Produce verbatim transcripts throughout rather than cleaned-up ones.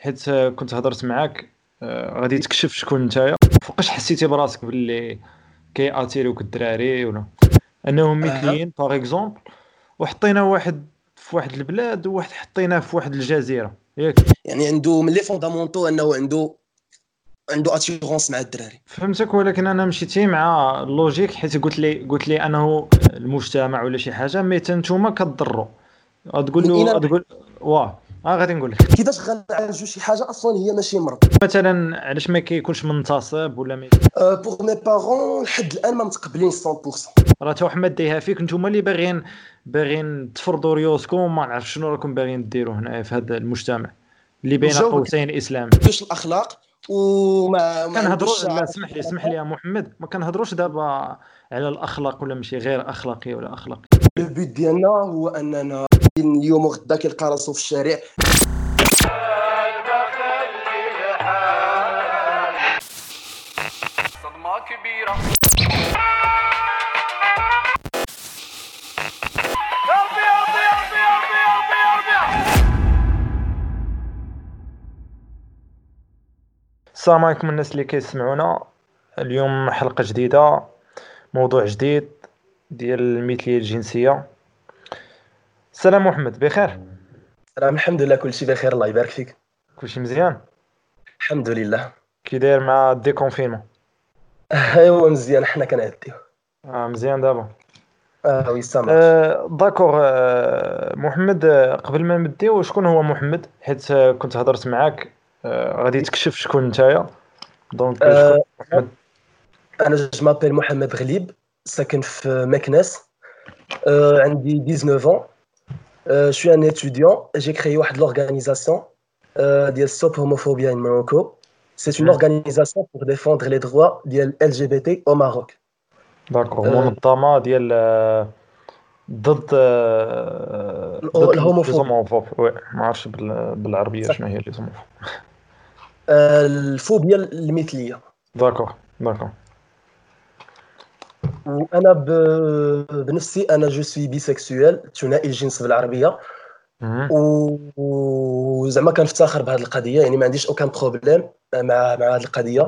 حيت آه، كنت هضرت معاك. آه، غادي تكشف شكون نتايا. فوقاش حسيتي براسك باللي كي اتيروك الدراري ولا انهم اها مثليين باغ اكزومبل، وحطينا واحد في واحد البلاد وواحد حطيناه في واحد الجزيره ياك؟ يعني عنده من لي فوندامونتو انه عنده عنده اتيغونس مع الدراري. فهمتك، ولكن انا مشيتي مع اللوجيك حيت قلت لي قلت لي انه المجتمع ولا شي حاجه ميت نتوما كضروا. غتقول من اين له راح؟ تقول واه اه غادي نقول لك. كيفاش غنعالجوا شي حاجه اصلا هي ماشي مرض؟ مثلا علاش ما كيكونش منتصب ولا ما أه بوغ مي بارون لحد الان ما متقبلين مية بالمية. راه تا واحد ما دايها فيك، نتوما اللي باغيين باغيين تفرضوا ريوسكم، ما نعرف شنو راكم باغيين ديروا هنا في هذا المجتمع اللي بين مجاوبك قوسين اسلامي. عندوش الاخلاق وما ما عندوش كنهضروا، لا عاطفه اسمح لي اسمح لي العلاقات. يا محمد، ما كنهضروش دابا على الاخلاق ولا ماشي غير اخلاقي ولا اخلاقي. لو بوت ديالنا هو اننا اليوم وغدا كيلقى راسو في الشارع. صدمة كبيرة. قلبي قلبي قلبي قلبي قلبي قلبي. السلام عليكم الناس اللي كيسمعونا. اليوم حلقة جديدة، موضوع جديد ديال المثلية الجنسية. السلام محمد، بخير؟ راه الحمد لله كل شيء بخير، الله يبارك فيك. كلشي مزيان؟ الحمد لله. كي داير مع الديكونفينمون؟ ايوا مزيان، حنا كنعديو. آه مزيان دابا. اه وي سا مارش. آه داكوغ. آه محمد، آه قبل ما نبداو، شكون هو محمد؟ حيت آه كنت هضرت معاك. آه غادي تكشف شكون نتايا. دونك آه، شكون آه محمد؟ انا جو مابيل محمد غليب، ساكن في مكناس. آه عندي دix-neuf ans. Euh, je suis un étudiant. J'ai créé واحد l'organisation euh, ديال Stop Homophobia in Morocco. C'est une مم. organisation pour défendre les droits ديال L G B T au Maroc. داكوغ، Euh, منظمة ديال آه ضد آه ضد الهوموفوبيا. ليزوموفوب. وي، ما عرفتش بال- بالعربية شنو هي ليزوموفوب. آه الفوبيا المثلية. داكوغ داكوغ. وأنا ب... بنفسي أنا جو سوي بيسكسويل، ثنائي الجنس بالعربية. مم. و- وزعما كنفتخر بهذه القضية، يعني ما عنديش أوكان بروبليم مع مع هذه القضية.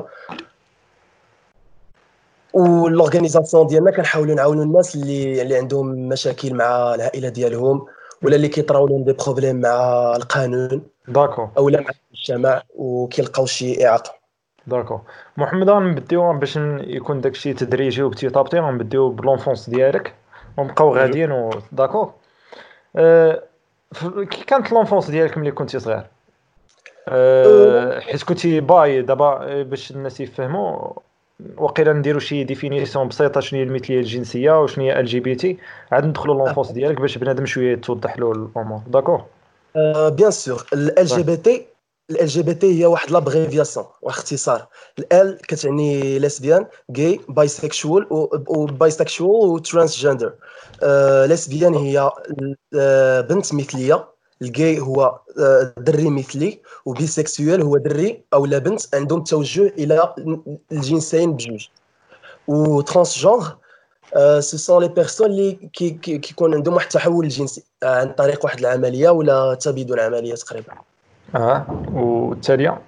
والاورغانيزاسيون ديالنا كنحاولوا نعاونوا الناس اللي اللي عندهم مشاكل مع العائله ديالهم، ولا اللي كيطراو لهم دي بروبليم مع القانون داكوغ او لا مع المجتمع وكيلقاو شي اعاقه. داكوغ. محمد، غنبديو باش ن- يكون داكشي تدريجي وبتي طابتي. غنبديو بلونفونس ديالك ونبقاو مهم. غاديين و داكوغ. أه ف- كي كانت لونفونس ديالك ملي كنتي صغير؟ أه، أه حيت كنتي باي دابا، آه، باش الناس يفهموا. وقيلا نديرو شي ديفينيسيون بسيطه شنو هي المثليه الجنسيه وشنو هي ال جي بي تي، عاد ندخلوا لونفونس ديالك باش بنادم شويه توضح له الامور. داكوغ أه، بيان سور ال جي بي تي. ال جي بي تي هي واحد لابريفياسيون، واحد اختصار. ال كتعني ليسبيان، جاي، بايسيكشوال وبايسيكشوال وترانسجندر. ليسبيان هي آه، بنت مثليه. الجاي هو آه، دري مثلي، وبيسيكسوال هو دري او لا بنت عندهم توجه الى الجنسين بجوج. وترانسجونغ سو سون لي بيرسون اللي كي كي- كيكون عندهم واحد التحول الجنسي آه، عن طريق واحد العمليه ولا تبادل عمليه تقريبا. اه والتاليه؟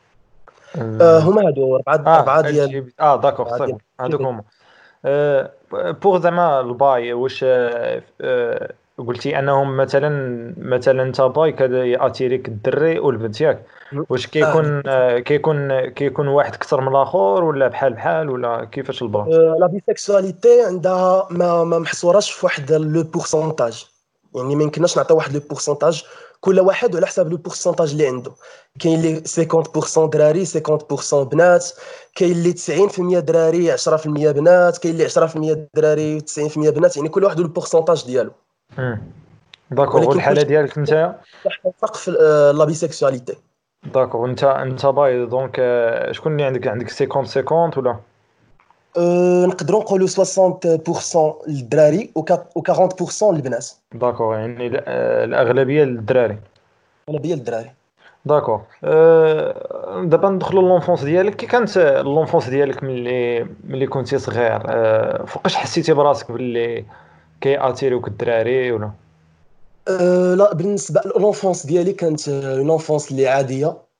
آه، ال- هما هادو اربعه اه اربعه ال ديال جي بي اه داكوغ، اربعه سي ديال بون، هادوك هما. أه بوغ زعما الباي، واش أه أه قلتي انهم مثلا مثلا انت باي كذا ياتيريك الدري والبنت ياك؟ واش اه كيكون أه كيكون كيكون واحد اكثر من الاخر ولا بحال بحال ولا كيفاش البا؟ لا بيسيكسواليتي عندها ما ما محصوراش في واحد لو بورسونتاج. يعني ما يمكنناش نعطيو واحد لو بورسونتاج، كل واحد على حساب لو بورسونتاج اللي عنده. كاين اللي خمسين بالمية دراري خمسين بالمية بنات، كاين اللي تسعين بالمية دراري عشرة بالمية بنات، كاين اللي عشرة بالمية دراري تسعين بالمية بنات. يعني كل واحد البورسونتاج ديالو. مم. داكوغ، ولكن والحاله كلشي ديالك نتا؟ تحت سقف آه، لا بيسيكسواليتي. داكوغ، انت انت باي دونك. أه شكون اللي عندك عندك خمسين خمسين ولا؟ أه نقدروا نقولوا ستين بالمية للدراري و أربعين بالمية للبنات. داكوغ، يعني ال- آه، الاغلبيه للدراري. اغلبيه للدراري. داكوغ. أه دابا ندخلوا لونفونس ديالك. كي كانت لونفونس ديالك ملي ملي كنتي صغير؟ أه فوقاش حسيتي براسك باللي كي اتيروك الدراري ولا؟ أه لا، بالنسبه للونفونس ديالي كانت اون انفونس اللي عاديه.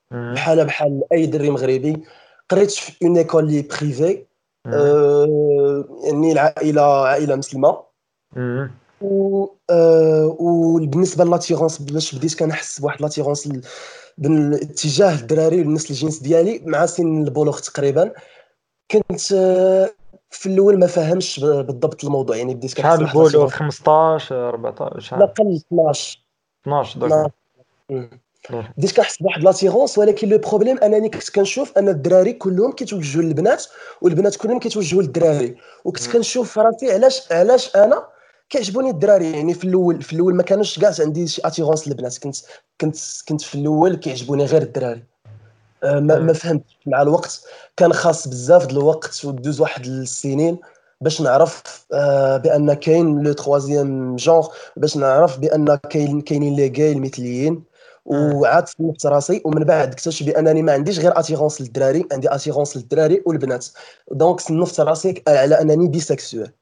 مم. بحال بحال اي دري مغربي. قريت في اون ايكول لي بريفي، مم. أه يعني العائله عائله مسلمه. مم. و أه وبالنسبه لاتيغونس، باش بديت كنحس بواحد لاتيغونس اتجاه الدراري والناس الجنس ديالي مع سن البلوغ تقريبا. كنت آه، في الاول ما فاهمش ب- بالضبط الموضوع، يعني بديت شحال كنحس بواحد البولو؟ لاتيغونس. خمسطاش أربعطاش لا شحال؟ قل اثناش. اثناش داكور. اثناش. مم. داكور. بديت كنحس بواحد لاتيغونس، ولكن لو بروبليم انني كنت كنشوف ان الدراري كلهم كيتوجهوا للبنات والبنات كلهم كيتوجهوا للدراري. وكنت مم. كنشوف في راسي علاش علاش انا كيعجبوني الدراري. يعني في الاول في الاول ما كانوش كاع عندي شي اتيغونس للبنات. كنت كنت كنت في الاول كيعجبوني غير الدراري. آه، ما ما مم. فهمتش مع الوقت. كان خاص بزاف د الوقت ودوز واحد السنين باش نعرف آه، بان كاين لو تروازيام جونغ، باش نعرف بان كاين كاينين لي غاي المثليين. مم. وعاد صنفت راسي، ومن بعد اكتشف بانني ما عنديش غير اتيغونس للدراري، عندي اتيغونس للدراري والبنات. دونك صنفت راسي على انني بيسكسوال.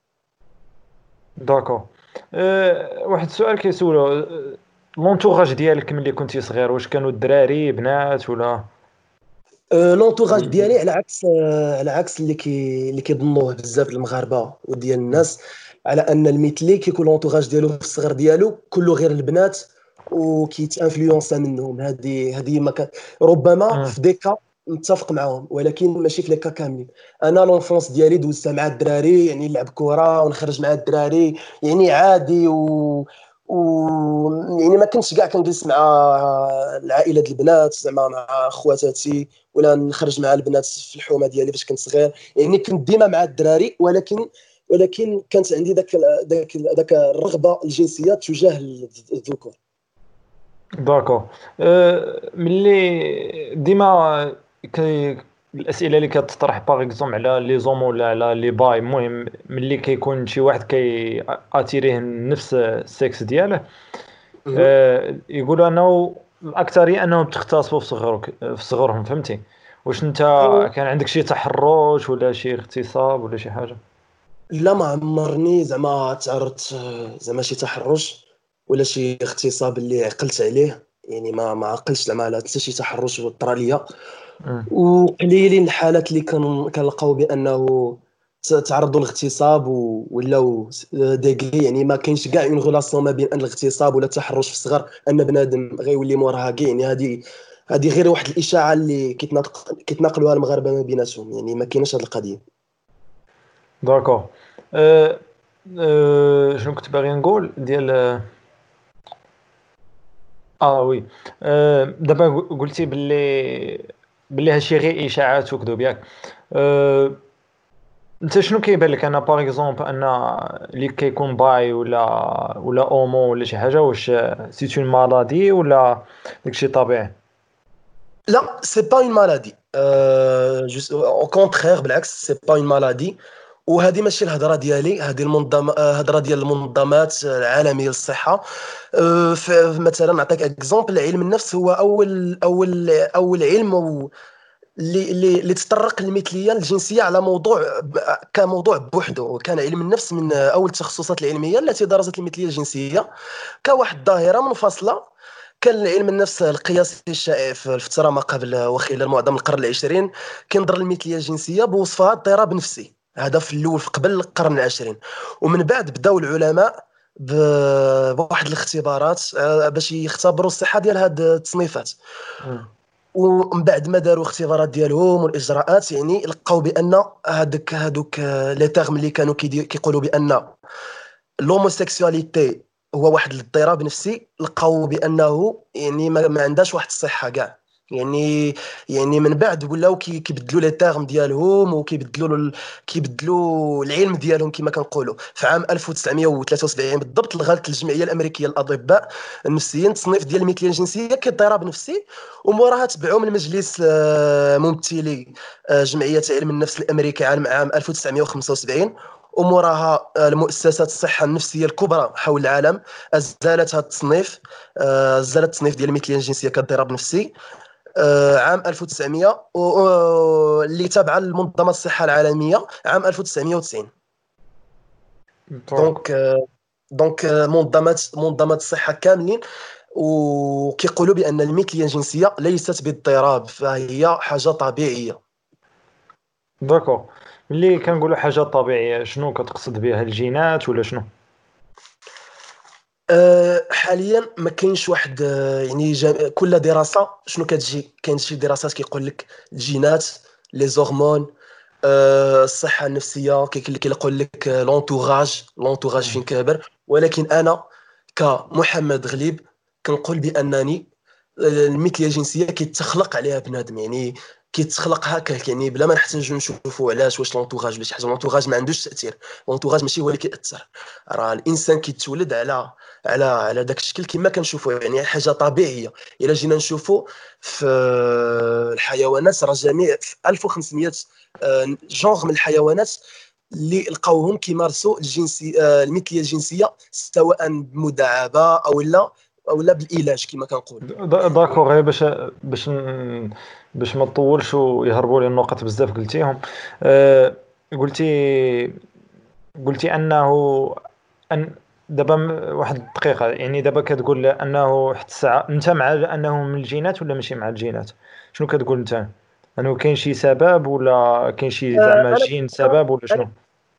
داكور. أه، واحد السؤال كيسولو، أه، لونتوراج ديالك ملي كنتي صغير واش كانوا الدراري بنات ولا؟ أه، لونتوراج ديالي على عكس أه، على عكس اللي كي اللي كيظنوه بزاف المغاربه وديال الناس، على ان المثلي كيكون لونتوراج ديالو في الصغر ديالو كله غير البنات وكيتانفلونسا منهم. هذه هذه ما كان، ربما مم. في ديكا نتفق معاهم ولكن ماشي في لي كا كاملين. انا لونفونس ديالي دوزتها مع الدراري، يعني نلعب كره ونخرج مع الدراري، يعني عادي. و و يعني ما كنتش كاع كنجلس مع العائله ديال البنات، زعما مع خواتاتي، ولا نخرج مع البنات في الحومه ديالي فاش كنت صغير. يعني كنت ديما مع الدراري، ولكن ولكن كانت عندي ذاك ذاك ذاك الرغبه الجنسيه تجاه الذكور. داكور. أه، ملي ديما كي الاسئله اللي كتطرح باغ اكزومبل على لي زوم ولا على لي باي، المهم ملي كيكون شي واحد كي اتيريه نفس السكس دياله، مهم. أه، يقولوا انه الاكثريه انهم تختصوا في صغرك في صغرهم، فهمتي؟ واش انت أه، كان عندك شي تحرش ولا شي اغتصاب ولا شي حاجه؟ لا ما عمرني زعما تعرضت آه، زعما شي تحرش ولا شي اغتصاب اللي عقلت عليه. يعني ما ما عقلتش زعما على حتى شي تحرش طرا ليا. مم. وقليلين الحالات اللي كان كنلقاو بانه ت- تعرضوا للاغتصاب و- ولاو داكي. يعني ما كاينش كاع اون غولاسيون ما بين ان الاغتصاب ولا التحرش في الصغر ان بنادم غيولي موراها كاع. يعني هذه هذه غير واحد الاشاعه اللي كيتناق- كيتناقلوها المغاربه ما بيناتهم. يعني ما كايناش هذه القضيه. داكور. أه، أه، شنو كنت باغي نقول ديال، اه وي، آه دابا قل- قلتي باللي باللي هادشي غير اشاعات وكذوب ياك؟ آه، انت شنو كيبان لك انا باغ اكزومبل ان اللي كيكون باي ولا ولا اومو ولا شي حاجه، واش سي اون مالادي ولا داكشي طبيعي؟ لا سي با اون مالادي، او كونترير بالعكس سي با اون مالادي. وهذه ماشي الهضره ديالي، هذه المنظمه هضره ديال المنظمات العالميه للصحه. أه، ف- مثلا نعطيك اكزومبل، علم النفس هو اول اول اول علم و- اللي اللي اللي تطرق للمثليه الجنسيه على موضوع ب- كموضوع بوحده. كان علم النفس من اول التخصصات العلميه التي درست المثليه الجنسيه كواحد ظاهره منفصله. كان علم النفس القياسي الشائع في الفتره ما قبل وخلال معظم القرن العشرين كينظر للمثليه الجنسيه بوصفها اضطراب نفسي. هذا في الاول في قبل القرن العشرين. ومن بعد بداو العلماء ب- بواحد الاختبارات آه، باش يختبروا الصحه ديال هاد التصنيفات. مم. ومن بعد ما داروا اختبارات ديالهم والاجراءات، يعني لقاو بان هذوك هذوك آه، لي تيرم اللي كانوا كيدي- كيقولوا بان الهوموسيكسواليتي هو واحد الاضطراب نفسي، لقاو بانه يعني ما, ما عندهاش واحد الصحه كاع. يعني يعني من بعد ولاو كي- كيبدلوا لي تيرم ديالهم وكيبدلوا ال- كيبدلوا العلم ديالهم كما كنقولوا. في عام ألف وتسعمائة وثلاثة وسبعين بالضبط لغات الجمعيه الامريكيه للاطباء النفسيين تصنيف ديال المثليه الجنسيه كاضطراب نفسي. وموراها تبعوا من مجلس آه، ممثلي آه، جمعيه علم النفس الامريكي عام عام ألف وتسعمائة وخمسة وسبعين. وموراها آه، المؤسسات الصحه النفسيه الكبرى حول العالم ازالت هذا التصنيف. آه، ازالت التصنيف ديال المثليه الجنسيه كاضطراب نفسي آه، عام ألف وتسعمائة و- و- اللي تابعه لمنظمه الصحه العالميه عام ألف وتسعمائة وتسعين. داكور. دونك آه، دونك آه، منظمات منظمات الصحه كاملين وكيقولوا بان المثليه الجنسيه ليست باضطراب، فهي حاجه طبيعيه. داكور. ملي كنقولوا حاجه طبيعيه شنو كتقصد بها؟ الجينات ولا شنو؟ أه، حاليا ما كاينش واحد، أه، يعني جا- كل دراسه شنو كتجي، كاين شي دراسات كيقول لك الجينات، لي زورمون، أه، الصحه النفسيه، كاين اللي كيقول لك لونتوراج، لونتوراج فين كابر. ولكن انا كمحمد غليب كنقول بانني المثليه الجنسيه كيتخلق عليها بنادم، يعني كيتخلق هكاك، يعني بلا ما نحتاجو نشوفوا علاش، واش لونتوراج ولا شي حاجه. لونتوراج ما عندوش تاثير، لونتوراج ماشي هو اللي كيأثر. راه الانسان كيتولد على على على داك الشكل كما كنشوفوا، يعني حاجه طبيعيه. الا جينا نشوفوا في الحيوانات، راه جميع في ألف وخمسمائة آه، جونغ من الحيوانات اللي لقاوهم كيمارسوا الجنسي آه، المثليه الجنسيه، سواء بمداعبه او لا او لا بالعلاج كما كنقولوا. د- داكور. غير باش باش ن- باش ما تطولش ويهربوا لي النقط بزاف قلتيهم. أه قلتي قلتي انه ان دابا م- واحد الدقيقه، يعني دابا كتقول انه حتى الساعه انت مع انه من الجينات ولا ماشي مع الجينات؟ شنو كتقول انت؟ انه كاين شي سبب ولا كاين شي آه، زعما انا جين سبب ولا انا شنو؟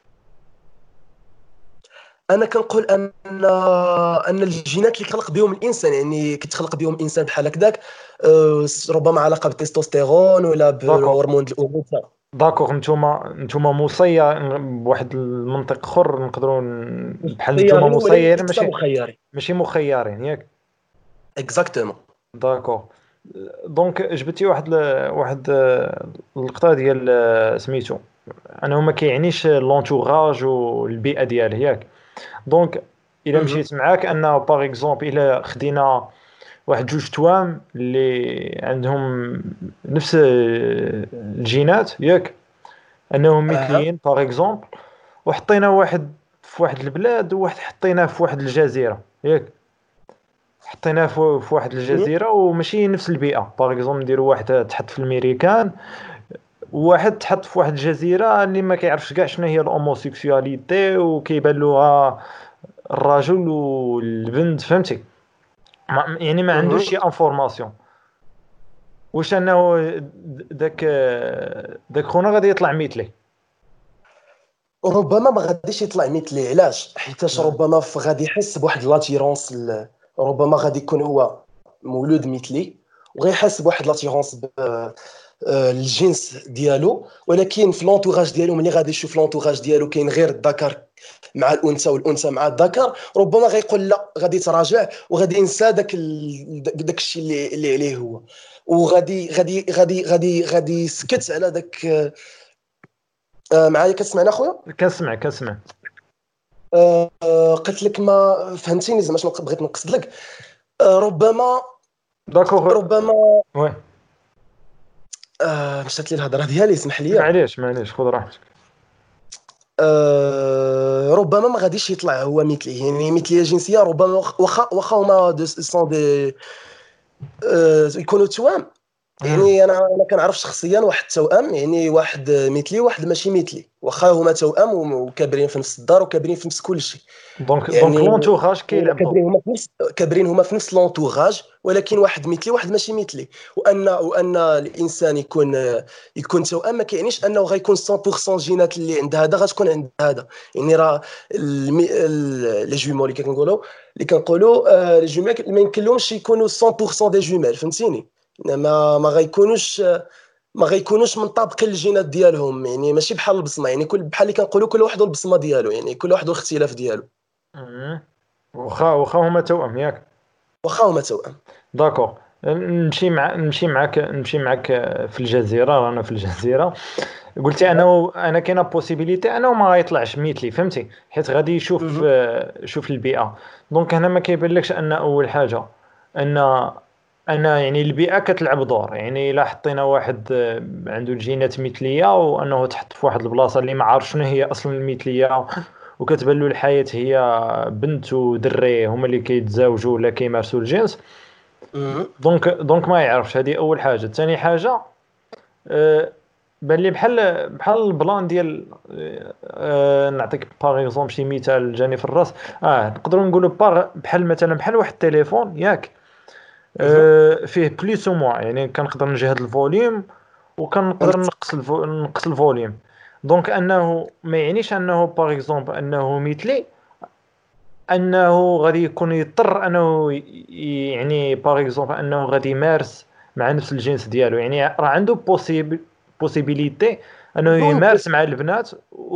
انا كنقول ان ان الجينات اللي كيخلق بهم الانسان، يعني كيتخلق بهم الانسان بحال هكذاك، آه، ربما علاقه بالتستوستيرون ولا داكور. بالهرمون الانوثه. داكوغ. نتوما نتوما مسير بواحد المنطق اخر، نقدروا ن- بحال نتوما خيارين مسيرين، وليس ماشي مخيرين. ماشي مخيرين ياك؟ اكزاكتومون. داكوغ. دونك جبتي واحد ل... واحد آه، اللقطه ديال آه، سميتو انه ما كيعنيش لونتوراج والبيئه دياله ياك؟ دونك الا مهم. مشيت معاك انه باغ اكزومبل الا خدينا واحد جوج توام اللي عندهم نفس آه، الجينات ياك، انهم اها. مثليين باغ اكزومبل، وحطينا واحد في واحد البلاد وواحد حطيناه في واحد الجزيره ياك، حطيناه في في واحد مهم. الجزيره وماشي نفس البيئه، باغ اكزومبل نديرو واحد تحط في الميريكان وواحد تحط في واحد الجزيره اللي ما كيعرفش كاع شنو هي الهوموسيكسواليتي وكيبان له الرجل والبنت، فهمتي؟ ما يعني ما عندوش مهم. شي انفورماسيون. واش انه داك داك خونا غادي يطلع مثلي؟ ربما ما غاديش يطلع مثلي، علاش؟ حيتاش ربما ف- غادي يحس بواحد لاتيرونس ل- ربما غادي يكون هو مولود مثلي، وغيحس بواحد لاتيرونس ب- آه، الجنس ديالو. ولكن في لونتوراج ديالو، ملي غادي يشوف لونتوراج ديالو كاين غير الذكر مع الانثى والانثى مع الذكر، ربما غيقول لا، غادي يتراجع وغادي ينسى داك ال... داك الشيء اللي اللي عليه هو، وغادي غادي غادي غادي غادي يسكت على داك. آه، معايا كتسمعنا اخويا؟ كنسمع كنسمع. آه، آه، قلت لك ما فهمتيني زعما شنو بغيت نقصد لك. آه، ربما داكوغ. ربما وي. آه، مشات لي الهضره ديالي، اسمح لي. معليش معليش، خذ راحتك. آه، ربما ما غاديش يطلع هو مثلي، يعني مثليه جنسيه ربما واخا واخا هما دو سون دي آه، يكونوا توام. مم. يعني انا انا كنعرف شخصيا واحد التوأم، يعني واحد مثلي وواحد ماشي مثلي، واخا هما توأم وم- وكابرين في نفس الدار وكابرين في نفس كل شيء. دونك دونك يعني لونتوراج هما كيلعب دور. كابرين هما في نفس كابرين هما في نفس لونتوراج، ولكن واحد مثلي واحد ماشي مثلي. وان وان الانسان يكون يكون توأم ما كيعنيش انه غيكون مية بالمية الجينات اللي عند هذا غتكون عند هذا. يعني راه المي... ال- لي جومو اللي كنقولوا اللي كنقولوا آه، لي جوميل ما يمكن لهمش يكونوا مية بالمية دي جوميل، فهمتيني؟ ما ما غيكونوش ما غيكونوش منطابقين الجينات ديالهم، يعني ماشي بحال البصمه، يعني كل بحال اللي كنقولوا كل واحد والبصمه ديالو، يعني كل واحد والاختلاف ديالو. مم. واخا واخا هما توأم ياك؟ واخا هما توأم. داكوغ. نمشي مع نمشي معاك نمشي معاك في الجزيره، رانا في الجزيره. قلتي أها. انه انا كاينه بوسيبيليتي انه ما يطلعش مثلي، فهمتي؟ حيت غادي يشوف مهم. آه، شوف البيئه. دونك هنا ما كيبانلكش ان اول حاجه ان ان يعني البيئه كتلعب دور، يعني الا حطينا واحد آه، عنده الجينات مثليه وانه تحط في واحد البلاصه اللي ما عارف شنو هي اصلا المثليه، وكتبان له الحياه هي بنت ودري هما اللي كيتزاوجوا ولا كيمارسوا الجنس. مهم. دونك دونك ما يعرفش. هذه اول حاجه. ثاني حاجه، أه بان لي بحال بحال البلان ديال أه آه، نعطيك باغ اكزومبل شي مثال جاني في الراس. اه نقدروا نقولوا باغ بحال مثلا بحال واحد التليفون ياك، أه فيه بليس او موان، يعني كنقدر نجهد الفوليوم وكنقدر فهمت. نقص الفو... نقص الفوليوم. دونك انه ما يعنيش انه باغ اكزومبل انه مثلي انه غادي يكون يضطر انه ي- يعني باغ اكزومبل انه غادي يمارس مع نفس الجنس ديالو، يعني راه عنده بوسيبل بوسيبيليتي انه ممكن. يمارس مع البنات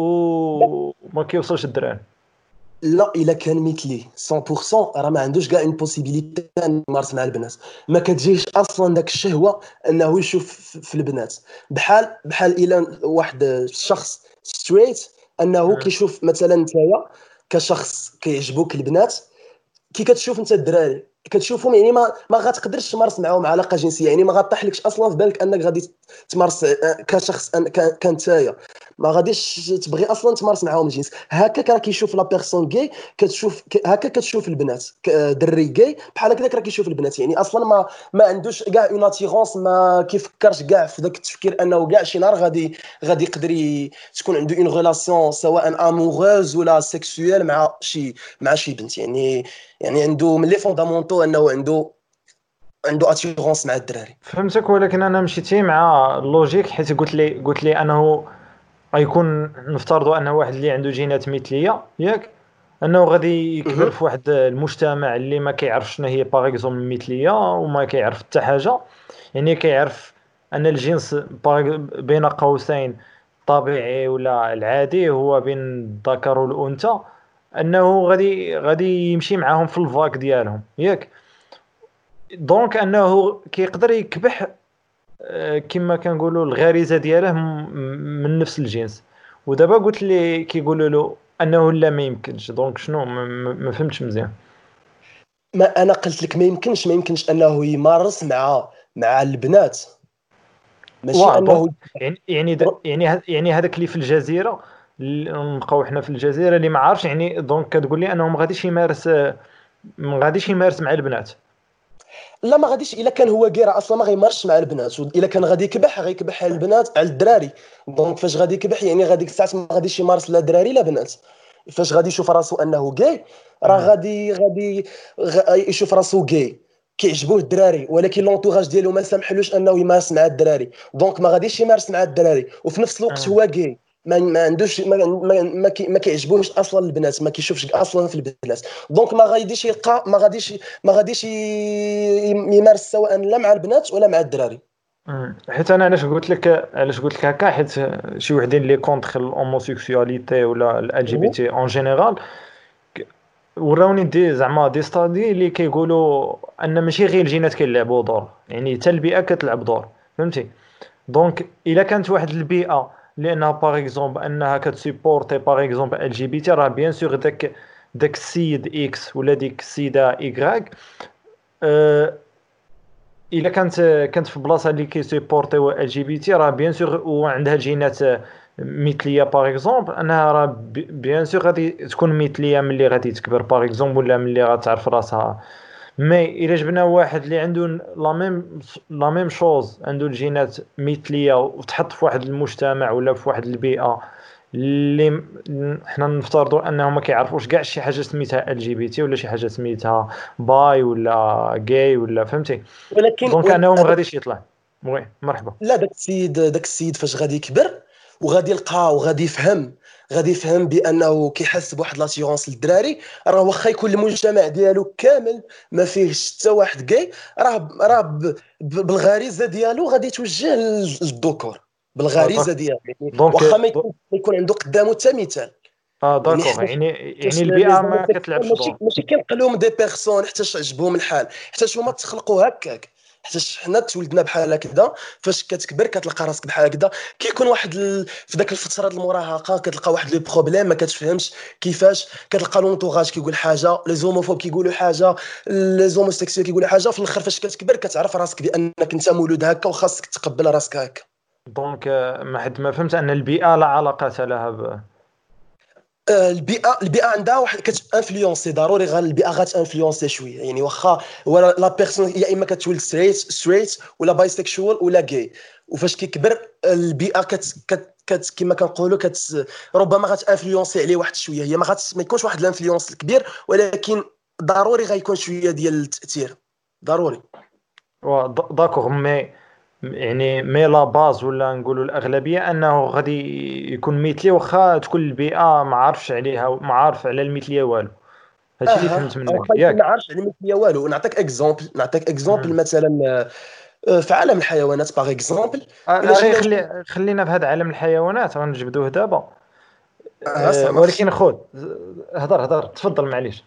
وما كيوصلش الدراري. لا، الا كان مثلي مية بالمية راه ما عندوش كاع اون بوسيبيليتي يمارس مع البنات. ما كتجيش اصلا داك الشهوه انه يشوف في في البنات. بحال بحال الا واحد الشخص ستريت انه مم. كيشوف مثلا نتايا كشخص كيعجبوك البنات، كي كتشوف انت الدراري كتشوفهم، يعني ما ما غتقدرش تمارس معاهم علاقه جنسيه، يعني ما غطيحلكش اصلا في بالك انك غادي تمارس آه، كشخص أن- ك- كنتايا ما غاديش تبغي اصلا تمارس معاهم الجنس. هكاك راه كيشوف لا بيرسون جاي، كتشوف ك- هكا كتشوف البنات ك- دري جاي بحال هكاك راه كيشوف البنات، يعني اصلا ما ما عندوش كاع اون اتيغونس، ما كيفكرش كاع في ذاك التفكير انه كاع شي نهار غادي غادي يقدر ي- تكون عنده اون ريلاسيون سواء اموغوز ولا سيكسويل مع شي مع شي بنت. يعني يعني عنده من لي فوندامونتو انه عنده عنده اتيغونس مع الدراري. فهمتك، ولكن انا مشيتي مع اللوجيك، حيت قلت لي قلت لي انه غيكون نفترضوا انه واحد اللي عنده جينات مثليه ياك، انه غادي يكبر مهم. في واحد المجتمع اللي ما كيعرفش شنو هي باغ اكزومبل المثليه وما كيعرف حتى حاجه، يعني كيعرف ان الجنس باغ- بين قوسين طبيعي ولا العادي هو بين الذكر والانثى، انه غادي غادي يمشي معاهم في الفاك ديالهم ياك. دونك انه كيقدر يكبح آه، كما كنقولوا الغريزه دياله م- من نفس الجنس. ودابا قلت لي كيقولوا له انه لا ما يمكنش، دونك شنو ما, ما ما فهمتش مزيان. ما انا قلت لك ما يمكنش ما يمكنش انه يمارس مع مع البنات، ماشي واه دونك انه يعني يعني د- يعني ه- يعني هذاك اللي في الجزيره، اللي نبقاو حنا في الجزيره اللي ما عارفش، يعني دونك كتقول لي انه ما غاديش يمارس آه، ما غاديش يمارس مع البنات. لا ما غاديش. الا كان هو كيرا اصلا ما غيمارش مع البنات، الا كان غادي يكبح غيكبح على البنات على الدراري. دونك فاش غادي يكبح يعني غاديك الساعه ما غاديش يمارس لا دراري لا بنات. فاش غادي يشوف راسو انه جاي راه مم. غادي غادي غ... يشوف راسو جاي كيعجبوه الدراري، ولكن لونطوراج ديالو ما سامحلوش انه يمارس مع الدراري، دونك ما غاديش يمارس مع الدراري. وفي نفس الوقت مم. هو جاي ما, ما عندوش ما ما, ما, كي ما كيعجبوهش اصلا البنات، ما كيشوفش اصلا في البنات. دونك ما غاديش يلقى ما غاديش ما غاديش ي- يمارس سواء لا مع البنات ولا مع الدراري. مم. حيت انا علاش قلت لك علاش قلت لك هكا، حيت شي وحدين اللي كونتر الهوموسيكسواليتي ولا ال جي بي مهم. تي اون جينيرال وراوني دي زعما دي ستادي اللي كيقولوا ان ماشي غير الجينات كيلعبوا دور، يعني حتى البيئه كتلعب دور، فهمتي. دونك الا كانت واحد البيئه لانها باغ اكزومبل انها كتسيبورتي باغ اكزومبل ال جي بي تي، راه بيان سور داك داك السيد اكس ولا ديك السيده ايكغيك، أه الا كانت كانت في بلاصه اللي كيسيبورتيو ال جي بي تي، راه بيان سور وعندها جينات مثليه باغ اكزومبل، انها راه بي- بيان سور غادي تكون مثليه ملي غادي تكبر باغ اكزومبل ولا ملي غتعرف راسها. مي الا جبنا واحد اللي عنده لا ميم لا ميم شوز، عنده الجينات مثليه وتحط في واحد المجتمع ولا في واحد البيئه اللي م- حنا نفترضوا انه ما كيعرفوش كاع شي حاجه سميتها ال جي بي تي ولا شي حاجه سميتها باي ولا جاي ولا فهمتي. ولكن دونك ول- انه ما هذاك غاديش يطلع. وي مرحبا. لا، داك السيد داك السيد فاش غادي يكبر وغادي يلقى وغادي يفهم غادي يفهم بانه كيحس بواحد لاتيغونس للدراري، راه واخا يكون المجتمع ديالو كامل ما فيهش حتى واحد جاي، راه راه ب- ب- بالغريزه ديالو غادي يتوجه لل- للذكور اه بالغريزه داك ديالو. يعني دونك واخا ما دو- يكون ما يكون عنده قدامه حتى مثال. اه يعني داكوغ، حتى يعني يعني حتى لي البيئه ما زوموسيكسوال كتلعبش ماشي دور. ماشي كنقلوهم دي بيرسون حتى عجبهم الحال، حتى هما تخلقوا هكاك. حتى حنا تولدنا بحال هكذا، فاش كتكبر كتلقى راسك بحال هكذا. كيكون واحد ال... في ذاك الفتره ديال المراهقه كتلقى واحد لي بروبليم ما كتفهمش كيفاش، كتلقى لونطوراج كيقول حاجه، لي زوموفوب كيقولوا حاجه، لي زوموسيكسوال كيقولوا حاجه، في الاخر فاش كتكبر كتعرف راسك بانك انت مولود هكا وخاصك تقبل راسك هكا. دونك آه، ما حد ما فهمت ان البيئه لا علاقه لها ب. آه، البيئه البيئه عندها واحد كتانفلونسي، ضروري غير البيئه غتانفلونسي شويه. يعني واخا ولا لا بيرسون يا اما كتولد ستريت ستريت ولا بايسكشوال ولا جاي، وفاش كيكبر البيئه كت كت كت كما كنقولوا كت ربما غتانفلونسي عليه واحد شويه. هي ما غت ما يكونش واحد الانفلونس الكبير، ولكن ضروري غيكون شويه ديال التاثير. ضروري. و د- داكوغ مي يعني مي لا باز ولا نقولوا الاغلبيه انه غادي يكون مثلي، واخا تكون البيئه ما عارفش عليها، ما عارف على المثليه والو. هادشي اللي اها فهمت منك واخا يكون ما ياك. عارفش على المثليه والو. نعطيك اكزومبل، نعطيك اكزومبل مم. مثلا آه، في عالم الحيوانات باغ اكزومبل. الا آه، غير جينا نشوف. خلي خلينا في هذا عالم الحيوانات غنجبدوه دابا. اه أه، سا مارش. ولكن خذ، هضر هضر تفضل معليش.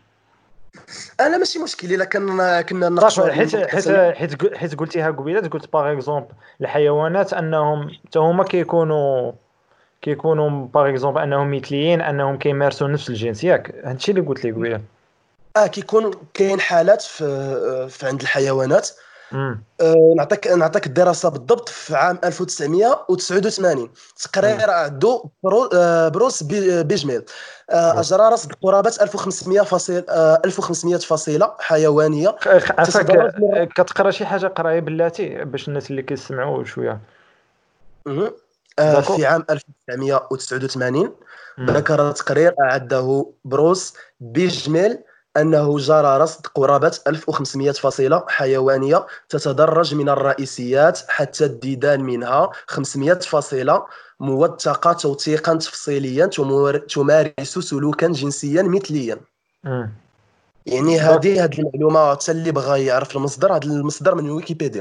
انا ماشي مشكل الا كنا كنا نناقشوا داكور، هذه حيت النقطه حيت تما. حيت قل- حيت قلتيها قبيله، قلت باغ اكزومبل الحيوانات انهم حتى هما كيكونوا كيكونوا باغ اكزومبل انهم مثليين، انهم كيمارسوا نفس الجنس، ياك هادشي اللي قلت لي قبيله. اه كيكون كاين حالات في آه، في عند الحيوانات. امم آه، نعطيك نعطيك الدراسه بالضبط في عام ألف وتسعمائة وتسعة وثمانين. امم تقرير عدو برو- آه، بروس بي- بيجميل آه، اجرى رصد قرابه ألف وخمسمائة فاصل آه، ألف وخمسمائة فاصيله حيوانيه عفاك، تتدرج من. كتقرا شي حاجه قرايه بلاتي باش الناس اللي كيسمعوا شويه. مهم. آه، داكور. في عام ألف وتسعمائة وتسعة وثمانين امم ذكر تقرير أعده بروس بيجميل أنه جرى رصد قرابة ألف وخمسمائة فصيلة حيوانية تتدرج من الرئيسيات حتى الديدان، منها خمسمائة فصيلة موثقة توثيقا تفصيليا تمور- تمارس سلوكا جنسيا مثليا. امم يعني داك هذه هذه المعلومة، حتى اللي بغى يعرف المصدر، هذا المصدر من ويكيبيديا.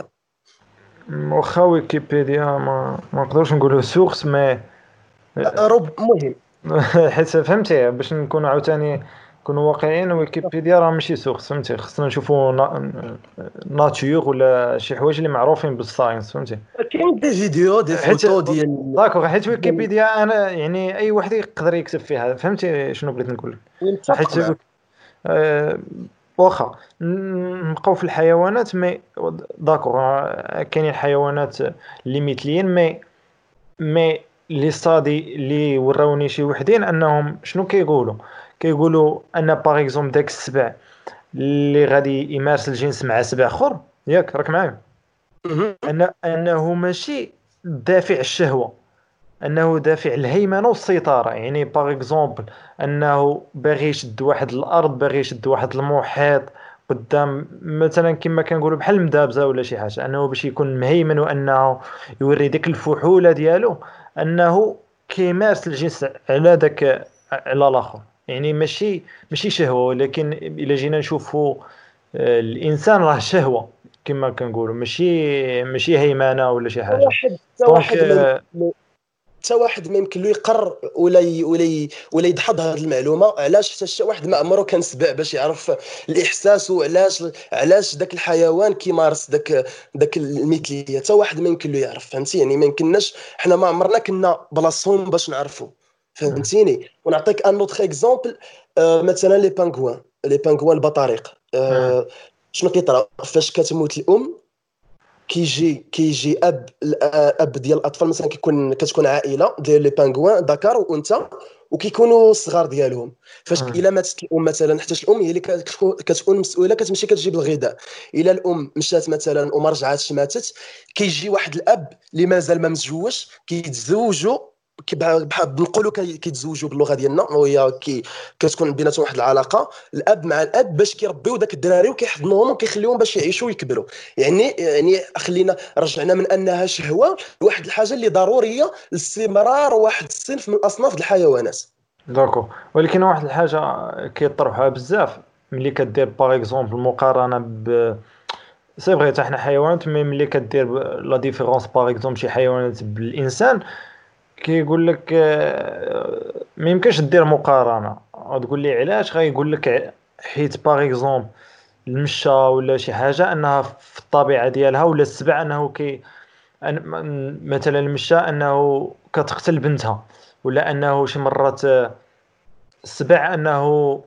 واخا ويكيبيديا ما ما نقدرش نقولوا سورس مي. أه، رب مهم. حيت فهمتي باش نكونوا عاوتاني نكونوا واقعيين، ويكيبيديا راه ماشي سورس، فهمتي خصنا نشوفوا نا- ناتور ولا شي حوايج اللي معروفين بالساينس، فهمتي. كاين دي فيديو دي حيت فوتو ديال داكوغ، حيت ديال ويكيبيديا انا يعني اي واحد يقدر يكتب فيها، فهمتي شنو بغيت نقول لك. متفق حيت معك. آه، واخا ن- نبقاو في الحيوانات مي. داكوغ، آه، كاينين حيوانات اللي مثليين مي. مي لي ستادي اللي وراوني شي وحدين انهم شنو كيقولوا. كيقولوا ان باغ اكزومبل داك السبع اللي غادي يمارس الجنس مع سبع اخر، ياك راك معايا، مهم. ان انه ماشي دافع الشهوه، انه دافع الهيمنه والسيطره. يعني باغ اكزومبل انه باغي يشد واحد الارض، باغي يشد واحد المحيط قدام مثلا، كما كنقولوا بحال المدابزه ولا شي حاجه، انه باش يكون مهيمن وانه يوري ديك الفحوله ديالو، انه كيمارس الجنس على داك على الاخر. يعني ماشي ماشي شهوه، ولكن الا جينا نشوفوا آه، الانسان راه شهوه، كما كنقولوا ماشي ماشي هيمنه ولا شي حتى حاجه. واحد حتى دونك واحد ما يمكن حتى واحد ما يمكن له يقر ولا ي... ولا ي... ولا يدحض هذه المعلومه. علاش؟ حتى شي واحد ما عمره كان سبع باش يعرف الاحساس، وعلاش علاش ذاك الحيوان كيمارس ذاك ذاك المثليه. حتى واحد ما يمكن له يعرف، فهمتي؟ يعني ما يمكنناش، حنا ما عمرنا كنا بلاصتهم باش نعرفوا، فهمتيني؟ ونعطيك ان اوتر اكزومبل. آه مثلا لي بانغوان لي بانغوان البطاريق. آه شنو كيطرا فاش كتموت الام؟ كيجي كيجي اب اب ديال الاطفال، مثلا كيكون كتكون عائله ديال لي بانغوان ذكر وانثى، وكيكونوا الصغار ديالهم. فاش الا ماتت الام مثلا، حتى الام هي اللي كتكون كتكون مسؤوله، كتمشي كتجيب الغذاء. الا الام مشات مثلا وما رجعاتش ماتت، كيجي واحد الاب اللي مازال ما متزوجش، كيتزوجوا كي- بحال بحال نقولوا كي- كيتزوجوا باللغه ديالنا، وهي كي كتكون بيناتهم واحد العلاقه الاب مع الاب، باش كيربيو داك الدراري وكيحضنوهم وكيخليوهم باش يعيشوا ويكبروا. يعني يعني خلينا رجعنا من انها شهوه لواحد الحاجه اللي ضروريه لاستمرار واحد الصنف من اصناف الحيوانات. داكو. ولكن واحد الحاجه كيطرحوها بزاف، ملي كدير باغ اكزومبل مقارنه ب سي فغي حتى حنا حيوانات، مي ملي كدير ب- لا ديفيرونس باغ اكزومبل شي حيوانات بالانسان، كيقول لك آه، ما يمكنش دير مقارنه. تقول لي علاش؟ غايقول لك ع- حيت باغ اكزومبل المشى ولا شي حاجه انها في الطبيعه ديالها، ولا السبع انه كي أن- م- مثلا المشى انه كتقتل بنتها، ولا انه شي مرات آه، السبع انه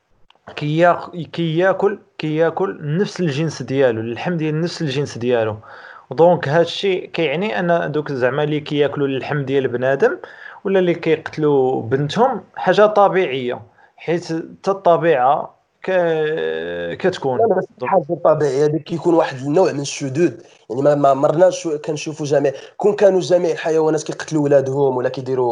كياك كياكل كياكل نفس الجنس ديالو، اللحم ديال نفس الجنس ديالو. دونك هذا الشيء كيعني ان دوك زعما اللي كياكلوا اللحم ديال بنادم، ولا اللي كيقتلوا بنتهم حاجه طبيعيه، حيت حتى الطبيعه ك... كتكون. لا بس حاجه طبيعيه، هذا كيكون واحد النوع من الشذوذ. يعني ما ما مرناش كنشوفوا جميع، كون كانوا جميع الحيوانات كيقتلوا ولادهم ولا كيديروا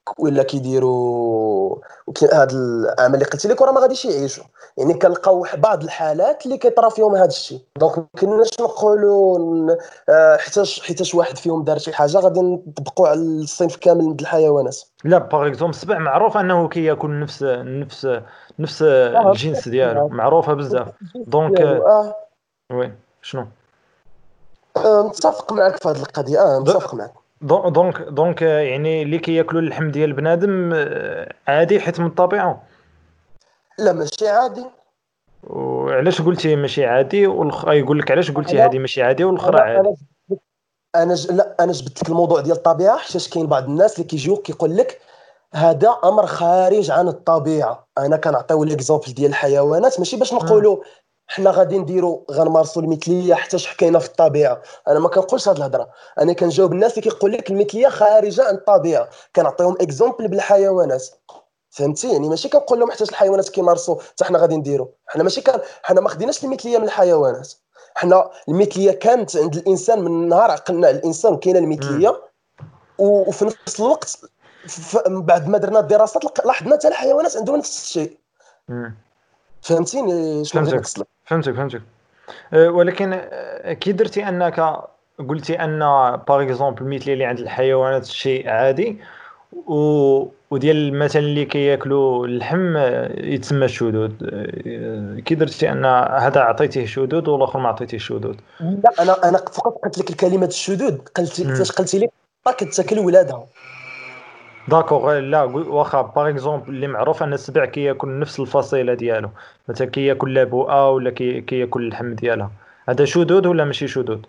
ولا كيديروا هذا العمل اللي قلت لك، وراه ما غاديش يعيشوا. يعني كنلقاو بعض الحالات اللي كيطرا فيهم هذا الشيء. دونك ما كناش نقولوا حيتاش حيتاش واحد فيهم دار شي حاجه غادي نطبقوا على الصنف كامل من الحيوانات. لا باغ اكزومبل السبع معروف انه كياكل نفس نفس نفس الجنس ديالو، معروفه بزاف. دونك اه وي شنو آه، متفق معك في هذه القضيه. اه متفق معك. دون- دونك دونك يعني اللي كياكلوا اللحم ديال بنادم آه، عادي حيت من الطبيعه. لا ماشي عادي. وعلاش قلتي ماشي عادي والاخر يقول لك علاش قلتي انا هذه ماشي عادي والاخرى انا عادي؟ انا انا ج... لا انا جبت لك الموضوع ديال الطبيعه حيت كاين بعض الناس اللي كيجيو كيقول لك هذا امر خارج عن الطبيعه. انا كنعطيو ليكزامبل ديال الحيوانات ماشي باش مم. نقولوا حنا غادي نديروا غنمارسوا المثليه حتى حكينا في الطبيعه. انا ما كنقولش هذه الهضره. انا كنجاوب الناس اللي كيقول لك المثليه خارجه عن الطبيعه، كنعطيهم اكزامبل بالحيوانات. فهمتي؟ يعني ماشي كنقول لهم حتى الحيوانات كيمارسوا حتى حنا غادي نديروا. حنا ماشي كان حنا ما خديناش المثليه من الحيوانات. حنا المثليه كانت عند الانسان من نهار عقلنا على الانسان كاينه مم. المثليه. و- وفي نفس الوقت ف- بعد ما درنا الدراسات لق- لاحظنا حتى الحيوانات عندهم نفس الشيء. مم. فهمتيني شنو بغيت فهمتك نوصل لك؟ فهمتك فهمتك أه، ولكن أه، كي درتي انك قلتي ان باغ اكزومبل المثليه اللي عند الحيوانات شيء عادي، و... وديال المثل اللي كياكلوا اللحم أه، يتسمى شذوذ. أه، كي درتي ان هذا عطيتيه شذوذ والاخر ما عطيتيه شذوذ؟ لا انا انا فقط قلت لك الكلمه الشذوذ. قلت مم. قلت قلتي لي قطه كتاكل ولادها. داكوغ. لا قل- واخا باغ اكزومبل اللي معروف ان السبع كياكل نفس الفصيله ديالو، مثلا كياكل لابوءه ولا كي... كياكل اللحم ديالها، هذا شذوذ ولا ماشي شذوذ؟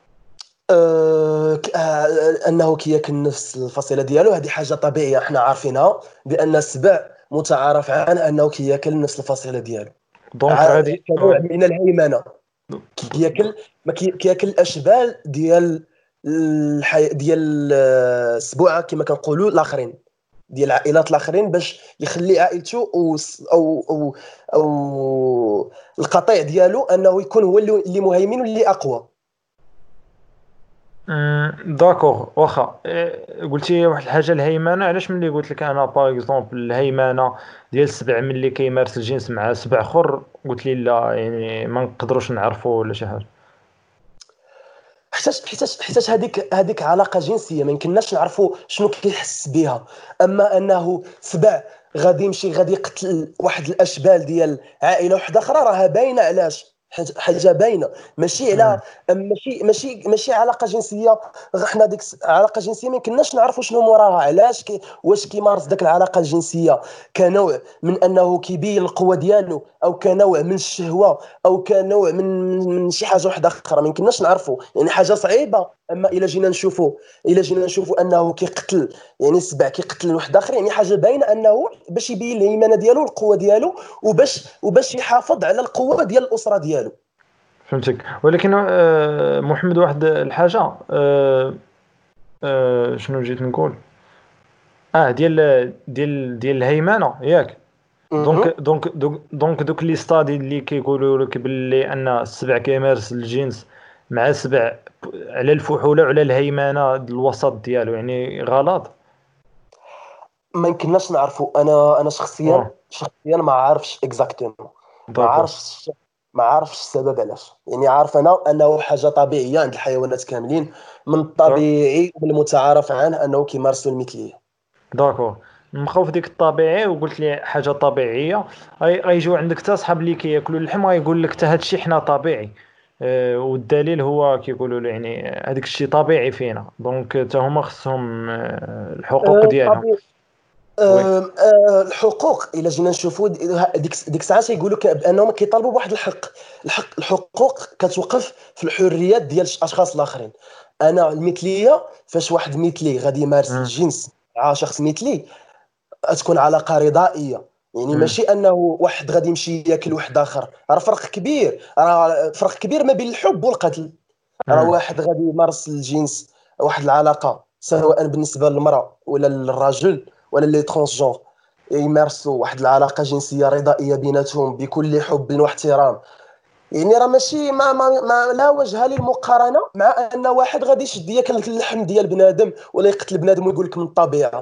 أه ك- آه، انه كياكل نفس الفصيله ديالو هذه حاجه طبيعيه احنا عارفينها بان السبع متعارف عنه انه كياكل نفس الفصيله ديالو. دونك ع- غادي كنوع وي. من الهيمنه. كياكل ما كي- كياكل الاشبال ديال الحي... ديال آه، السبوعه كما كنقولوا الاخرين، ديال العائلات الاخرين باش يخلي عائلته او او او, أو القطيع ديالو انه يكون هو اللي اللي مهيمن واللي اقوى. أمم، داكوغ. واخا إيه، قلتي واحد الحاجه الهيمنه. علاش ملي قلت لك انا باغ اكزومبل الهيمنه ديال السبع ملي كيمارس الجنس مع سبع اخر قلت لي لا يعني ما نقدروش نعرفوا ولا شي حاجه؟ حيتاش حيتاش حيتاش هذيك هذيك علاقه جنسيه ما يمكنناش نعرفوا شنو كيحس بها. اما انه سبع غادي يمشي غادي يقتل واحد الاشبال ديال عائله واحده اخرى راه باينه. علاش؟ حاج- حاجه باينه. ماشي أمم، على ماشي ماشي ماشي علاقه جنسيه. حنا ديك الس- علاقه جنسيه ما يمكنناش نعرفوا شنو موراها. علاش كي واش كيمارس داك العلاقه الجنسيه كنوع من انه كيبين القوه ديالو او كنوع من الشهوه او كنوع من من شي حاجه واحده اخرى؟ ما يمكنناش نعرفوا، يعني حاجه صعيبه. اما الا جينا نشوفوا الا جينا نشوفوا انه كيقتل يعني السبع كيقتل واحد اخر، يعني حاجه باينه انه باش يبين الهيمنه ديالو والقوه ديالو وباش وباش يحافظ على القوه ديال الاسره ديالو. فهمتك. ولكن آه، محمد واحد الحاجه آه، آه، شنو جيت نقول؟ اه ديال ديال ديال الهيمنه ياك. مهم. دونك دونك دونك دونك دوك لي ستادي اللي كيقولوا لك باللي ان السبع كيمارس الجنس مع سبع على الفحوله وعلى الهيمنه الوسط ديالو، يعني غلط. ما يمكنناش نعرفوا. انا انا شخصيا اه شخصيا ما عارفش اكزاكتومون. ما داكور. عارفش ما عارفش السبب علاش. يعني عارف انا انه حاجه طبيعيه عند الحيوانات كاملين. من دا- الطبيعي ومن المتعارف عنه انه كيمارسوا المثليه. داكور. مخوف ديك الطبيعي وقلت لي حاجه طبيعيه، غي- غيجيو عندك حتى صحاب اللي كياكلوا اللحم غيقول لك حتى هادشي حنا طبيعي. آه، والدليل هو كيقولوا له يعني هذاك الشيء طبيعي فينا، دونك حتى هما خصهم آه، الحقوق أه ديالهم. طبيعي. وي. أه أه الحقوق الا جينا نشوفوا ديك ديك الساعه تيقولوا ك- بانهم كيطالبوا بواحد الحق. الحق الحقوق كتوقف في الحريات ديال الاشخاص الاخرين. انا المثليه فاش واحد مثلي غادي يمارس مم. الجنس مع شخص مثلي تكون علاقه رضائيه. يعني مم. ماشي انه واحد غادي يمشي ياكل واحد اخر. راه فرق كبير. راه فرق كبير ما بين الحب والقتل. راه مم. واحد غادي يمارس الجنس واحد العلاقه سواء بالنسبه للمراه ولا للرجل ولا لي ترونسجونر يمارسوا واحد العلاقه جنسيه رضائيه بيناتهم بكل حب واحترام. يعني راه ماشي ما, ما, ما لا وجه للمقارنه مع ان واحد غادي يشد ياكل اللحم ديال بنادم ولا يقتل بنادم ويقول لك من الطبيعه.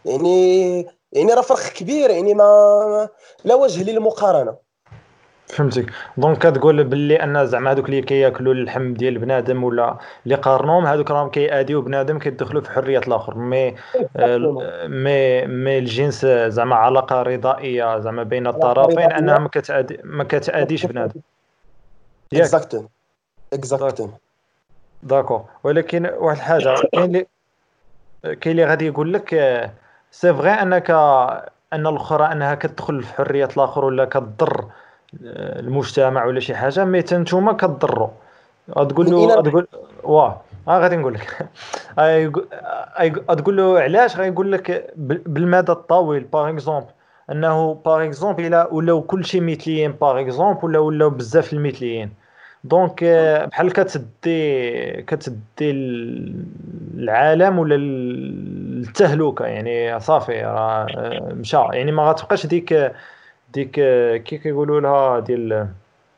يعني يعني راه فرق كبير، يعني ما لا وجه للمقارنه. فهمتك. دونك كتقول باللي ان زعما هذوك اللي كياكلوا اللحم ديال بنادم ولا اللي قارنوهم هذوك راهم كيأذيو بنادم كيدخلوا في حريه الاخر. مي اكزاكتومون. آه، مي مي الجنس زعما علاقه رضائيه زعما بين علاقه الطرفين انها رضائيه. ما كتأذي ما كتأذيش بنادم. ياك. اكزاكتومون. داك اكزاكتومون. داكور. ولكن واحد الحاجه كاين اللي كاين اللي غادي يقول لك آه، سي فغي انك ان الاخرى انها كتدخل في حريه الاخر ولا كتضر آه، المجتمع ولا شي حاجه، مي حتى نتوما كتضروا. غتقول من اين له نحن؟ غتقول واه اه غادي نقول لك غايقو- غايقو- غتقول له علاش، غيقول لك بال- بالمدى الطويل باغ اكزومبل انه باغ اكزومبل الا ولاو كلشي مثليين باغ اكزومبل ولا ولاو بزاف المثليين. دونك آه، بحال كتدي كتدي ال- العالم ولا ال- التهلكه، يعني صافي راه آه، مشى، يعني ما غتبقاش ديك ديك آه، كي كيقولوا لها ديال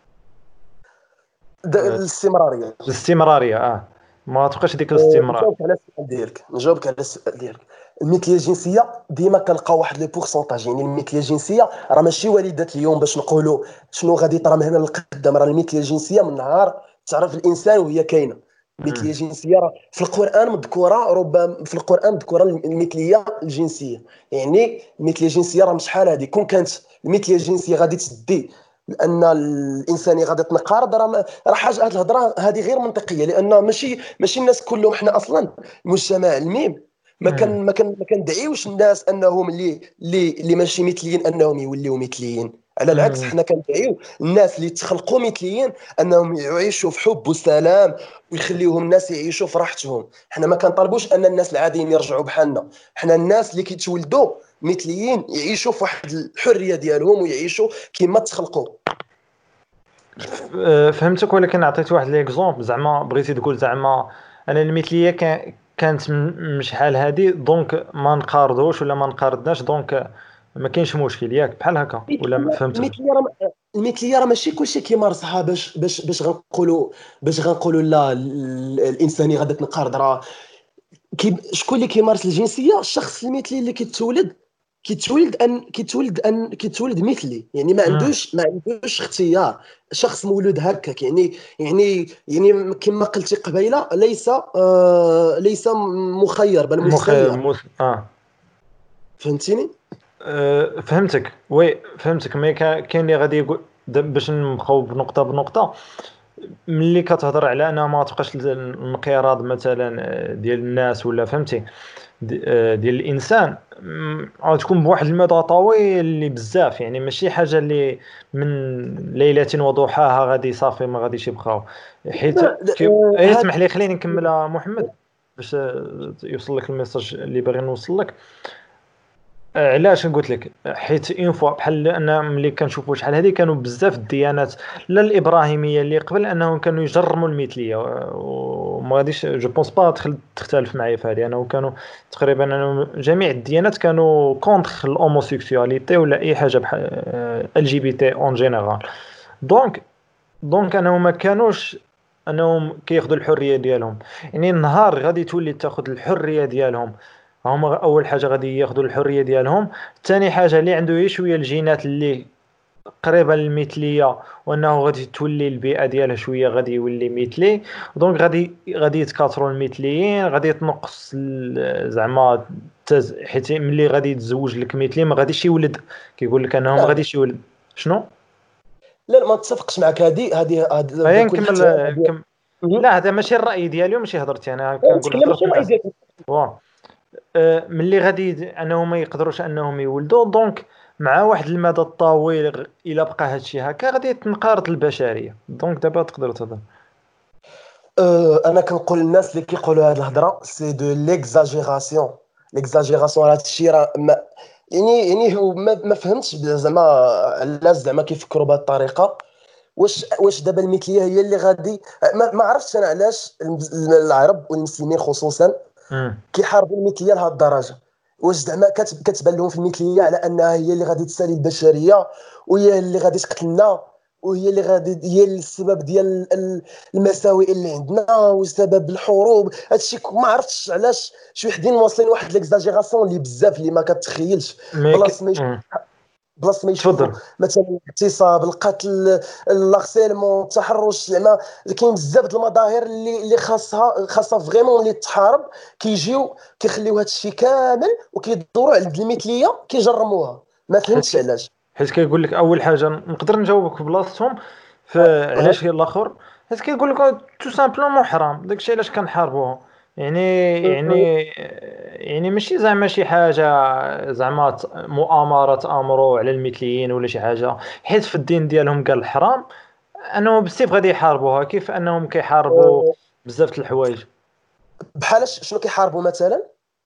د- آه، الاستمراريه. الاستمراريه. اه ما غتبقاش ديك أه، الاستمرار. نجاوبك على السؤال ديالك نجاوبك على السؤال ديالك. المثليه الجنسيه ديما كنلقاو واحد لو بورسونتاج، يعني المثليه الجنسيه راه ماشي وليده اليوم باش نقولوا شنو غادي طرا من هنا للقدام. راه المثليه الجنسيه من نهار تعرف الانسان وهي كاينه. المثليه مم. الجنسيه راه في القران مذكوره، ربما في القران مذكوره المثليه الجنسيه. يعني المثليه الجنسيه راه مش شحال هذه كون كانت المثليه الجنسيه غادي تسدي لان الانسان غادي تنقرض، راه ما- راه حاجه هذه الهضره هذه غير منطقيه، لان ماشي ماشي الناس كلهم. حنا اصلا المجتمع الميم ما مم. كان ما كان ما كندعيوش الناس انهم اللي اللي اللي ماشي مثليين انهم يوليو مثليين. على العكس مم. حنا كندعيو الناس اللي تخلقوا مثليين انهم يعيشوا في حب وسلام ويخليوهم الناس يعيشوا في راحتهم. حنا ما كنطالبوش ان الناس العاديين يرجعوا بحالنا. حنا الناس اللي كيتولدوا مثليين يعيشوا في واحد الحريه ديالهم ويعيشوا كما تخلقوا. آه، فهمتك. ولكن عطيت واحد ليكزومبل زعما بغيتي تقول زعما انا المثليه كا- كانت م- شحال هادي دونك ما نقارضوش ولا ما نقارضناش دونك ما كاينش مشكل، ياك بحال هكا ولا ما فهمت غير؟ المثليه راه المثليه راه ماشي كلشي كيمارسها باش باش باش غنقولوا باش غنقولوا لا ال- الانسانيه غادا تنقرض. راه كي شكون اللي كيمارس الجنسيه؟ الشخص المثلي اللي كيتولد كيتولد ان كيتولد ان كيتولد مثلي، يعني ما مم. عندوش ما عندوش اختيار. شخص مولود هكاك، يعني يعني يعني كما قلتي قبيله ليس آه ليس مخير بل مخير مسير. مس... اه فهمتيني؟ أه، فهمتك. وي فهمتك. مي كا- كاين اللي غادي يقول د- باش نبقاو بنقطه بنقطه. ملي كتهضر على انها ما تبقاش الانقراض مثلا آه، ديال الناس ولا فهمتي د- آه، ديال الانسان، م، غتكون بواحد المدى طويل اللي بزاف، يعني ماشي حاجه اللي من ليله وضحاها غادي صافي ما غاديش يبقاو. حيت لا لا، كي آه، ايه هاد اسمح لي خليني نكمل محمد باش آه، يوصل لك الميساج اللي باغي نوصل لك. آه، علاش قلت لك حيت اون فوا بحال ان ملي كنشوفوا شحال هذه كانوا بزاف الديانات لا الابراهيميه اللي قبل انهم كانوا يجرموا المثليه و- وما غاديش جو بونس با تخل- تختلف معايا في هذه، انه كانوا تقريبا أنه جميع الديانات كانوا كونتر الهوموسيكسواليتي ولا اي حاجه بحال ال جي بي تي اون جينيرال. دونك دونك انهم ما كانوش انهم كياخذوا الحريه ديالهم. يعني النهار غادي تولي تاخذ الحريه ديالهم، هما اول حاجه غادي ياخذوا الحريه ديالهم. ثاني حاجه اللي عنده هي شويه الجينات اللي قريبه للمثليه وانه غادي تولي البيئه ديالها شويه غادي يولي مثلي. دونك غادي غادي يتكاثروا المثليين، غادي تنقص ال- زعما التز... حيت ملي غادي يتزوج لك مثلي ما غاديش يولد. كيقول لك انه ما لا غاديش يولد شنو. لا لا، ما نتفقش معك. هذه هذه هذه هيا بكل نكمل. احترام هذه. كم... لا هذا ماشي الرأي ديالي وماشي هضرتي، انا كنقول نتكلم هضرة ماشي الراي الناس. ديالك. فوالا. أه، ملي غادي يد- انهم ما يقدروش انهم يولدوا دونك مع واحد المدى الطويل غ- الا بقى هادشي هكا غادي تنقرض البشريه. دونك دابا تقدر تهضر. أه، انا كنقول للناس اللي كيقولوا هذه الهضره سي دو ليكزاجيراسيون. ليكزاجيراسيون هذا الشيء راه ما يعني يعني هو ما, ما فهمتش زعما الناس زعما كيفكروا بهذه الطريقه. واش واش دابا المثليه هي اللي غادي ما, ما عرفتش انا علاش المز- العرب والمسلمين خصوصا امم كيحاربوا المثليه لهذه الدرجه. واش زعما كت- كتبان لهم في المثليه على انها هي اللي غادي تسالي البشريه وهي اللي غادي تقتلنا؟ وهي اللي غادي هي السبب ديال ال- المساوئ اللي عندنا وسبب الحروب. هادشي ك- ما عرفتش علاش شي وحدين واصلين واحد ليكزاجيراسيون اللي بزاف اللي ما كتخيلش. مي ك... بلاص ما مم. بلاص ما يشوفوا تفضل. مثلا الاغتصاب، القتل، اللاغسيلمون، التحرش، زعما كاين بزاف د المظاهر اللي اللي خاصها خاصها فريمون اللي تحارب. كيجيو كيخليو هذا الشيء كامل وكيدوروا عند المثليه كيجرموها. ما حيت فهمتش ك... علاش. حيت كيقول لك اول حاجه نقدر نجاوبك بلاصتهم فعلاش هي الاخر. حيت كيقول لك تو سامبلومون حرام داكشي علاش كنحاربوها. يعني يعني يعني ماشي زعما شي حاجه زعما ت- مؤامره تامروا على المثليين ولا شي حاجه. حيت في الدين ديالهم قال الحرام انهم بالسيف غادي يحاربوها كيف انهم كيحاربوا بزاف د الحوايج. بحال شنو كيحاربوا مثلا؟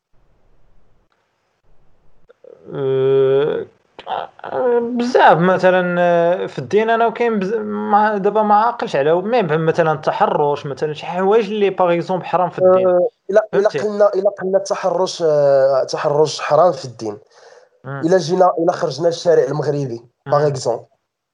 أه، أه، بزاف مثلا أه، في الدين انا وكاين بز... ما دابا ما عاقلش على مي مثلا التحرش مثلا شي حوايج اللي باغ اكزومبل حرام في الدين. آه، الا الا فهمتي. قلنا الا قلنا التحرش، آه، تحرش حرام في الدين. مم. الا جينا الا خرجنا للشارع المغربي باغ مم. اكزومبل،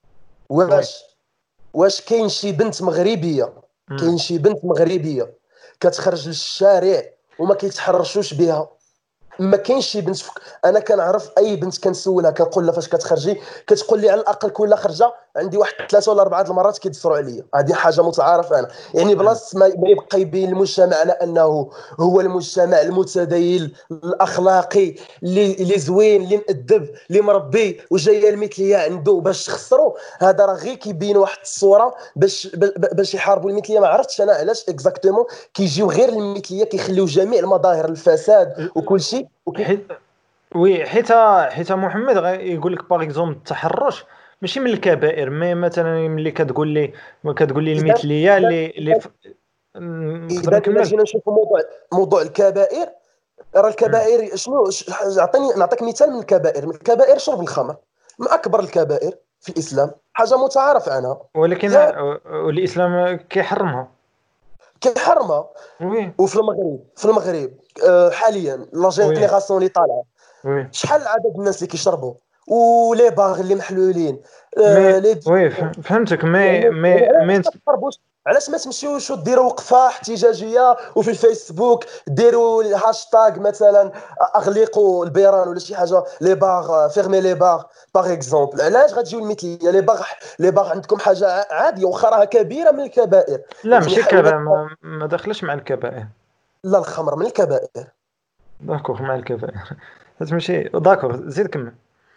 وي. واش واش كاين شي بنت مغربيه مم. كاين شي بنت مغربيه كتخرج للشارع وما كيتحرشوش بها؟ ما كاينش شي بنت فك... انا كنعرف اي بنت كنسولها كنقول لها فاش كتخرجي، كتقول لي على الاقل كل خرجه عندي واحد ثلاثه ولا اربعه المرات كيدسروا عليا. هذه حاجه متعارف انا. يعني مم. بلاص ما ما يبقى يبين المجتمع انه هو المجتمع المتدين الاخلاقي اللي اللي زوين اللي مؤدب اللي مربي وجايه المثليه عنده باش تخسروا. هذا راه غير كيبين واحد الصوره باش ب- باش يحاربوا المثليه. ما عرفتش انا علاش اكزاكتومون كيجيو غير المثليه كيخليو جميع المظاهر الفساد وكل شيء وكي... حيت وي حيت حيت محمد يقول لك باغ اكزومبل التحرش ماشي من الكبائر. مي مثلا ملي كتقول لي كتقول لي اذا المثليه اذا اللي اللي ف... نقدر اذا الا نكمل. جينا نشوفوا موضوع موضوع الكبائر، راه مم. الكبائر شنو ش- اعطيني نعطيك مثال من الكبائر. من الكبائر شرب الخمر، من اكبر الكبائر في الاسلام، حاجه متعارف عنها. ولكن ثاني الاسلام كيحرمها. كيحرمها. وي. وفي المغرب في المغرب آه، حاليا لا وي. جينيراسيون اللي طالعه، وي. شحال عدد الناس اللي كيشربوا ولي باغ اللي محلولين، مي آه، لي وي ف- فهمتك. مي يعني مي يعني علاش مي ما انت- كتقربوش؟ علاش ما تمشيوش وديروا وقفه احتجاجيه وفي الفيسبوك ديروا الهاشتاغ مثلا اغلقوا البيران ولا شي حاجه، لي باغ فيرمي لي باغ باغ اكزومبل. علاش غتجيو المثليه؟ لي باغ لي باغ عندكم حاجه عاديه واخا راها كبيره من الكبائر. لا يعني ماشي ح- ولا كبائر. ما, ما دخلش مع الكبائر. لا الخمر من الكبائر. داكوغ مع الكبائر. هاد ماشي داكوغ زيد كمل.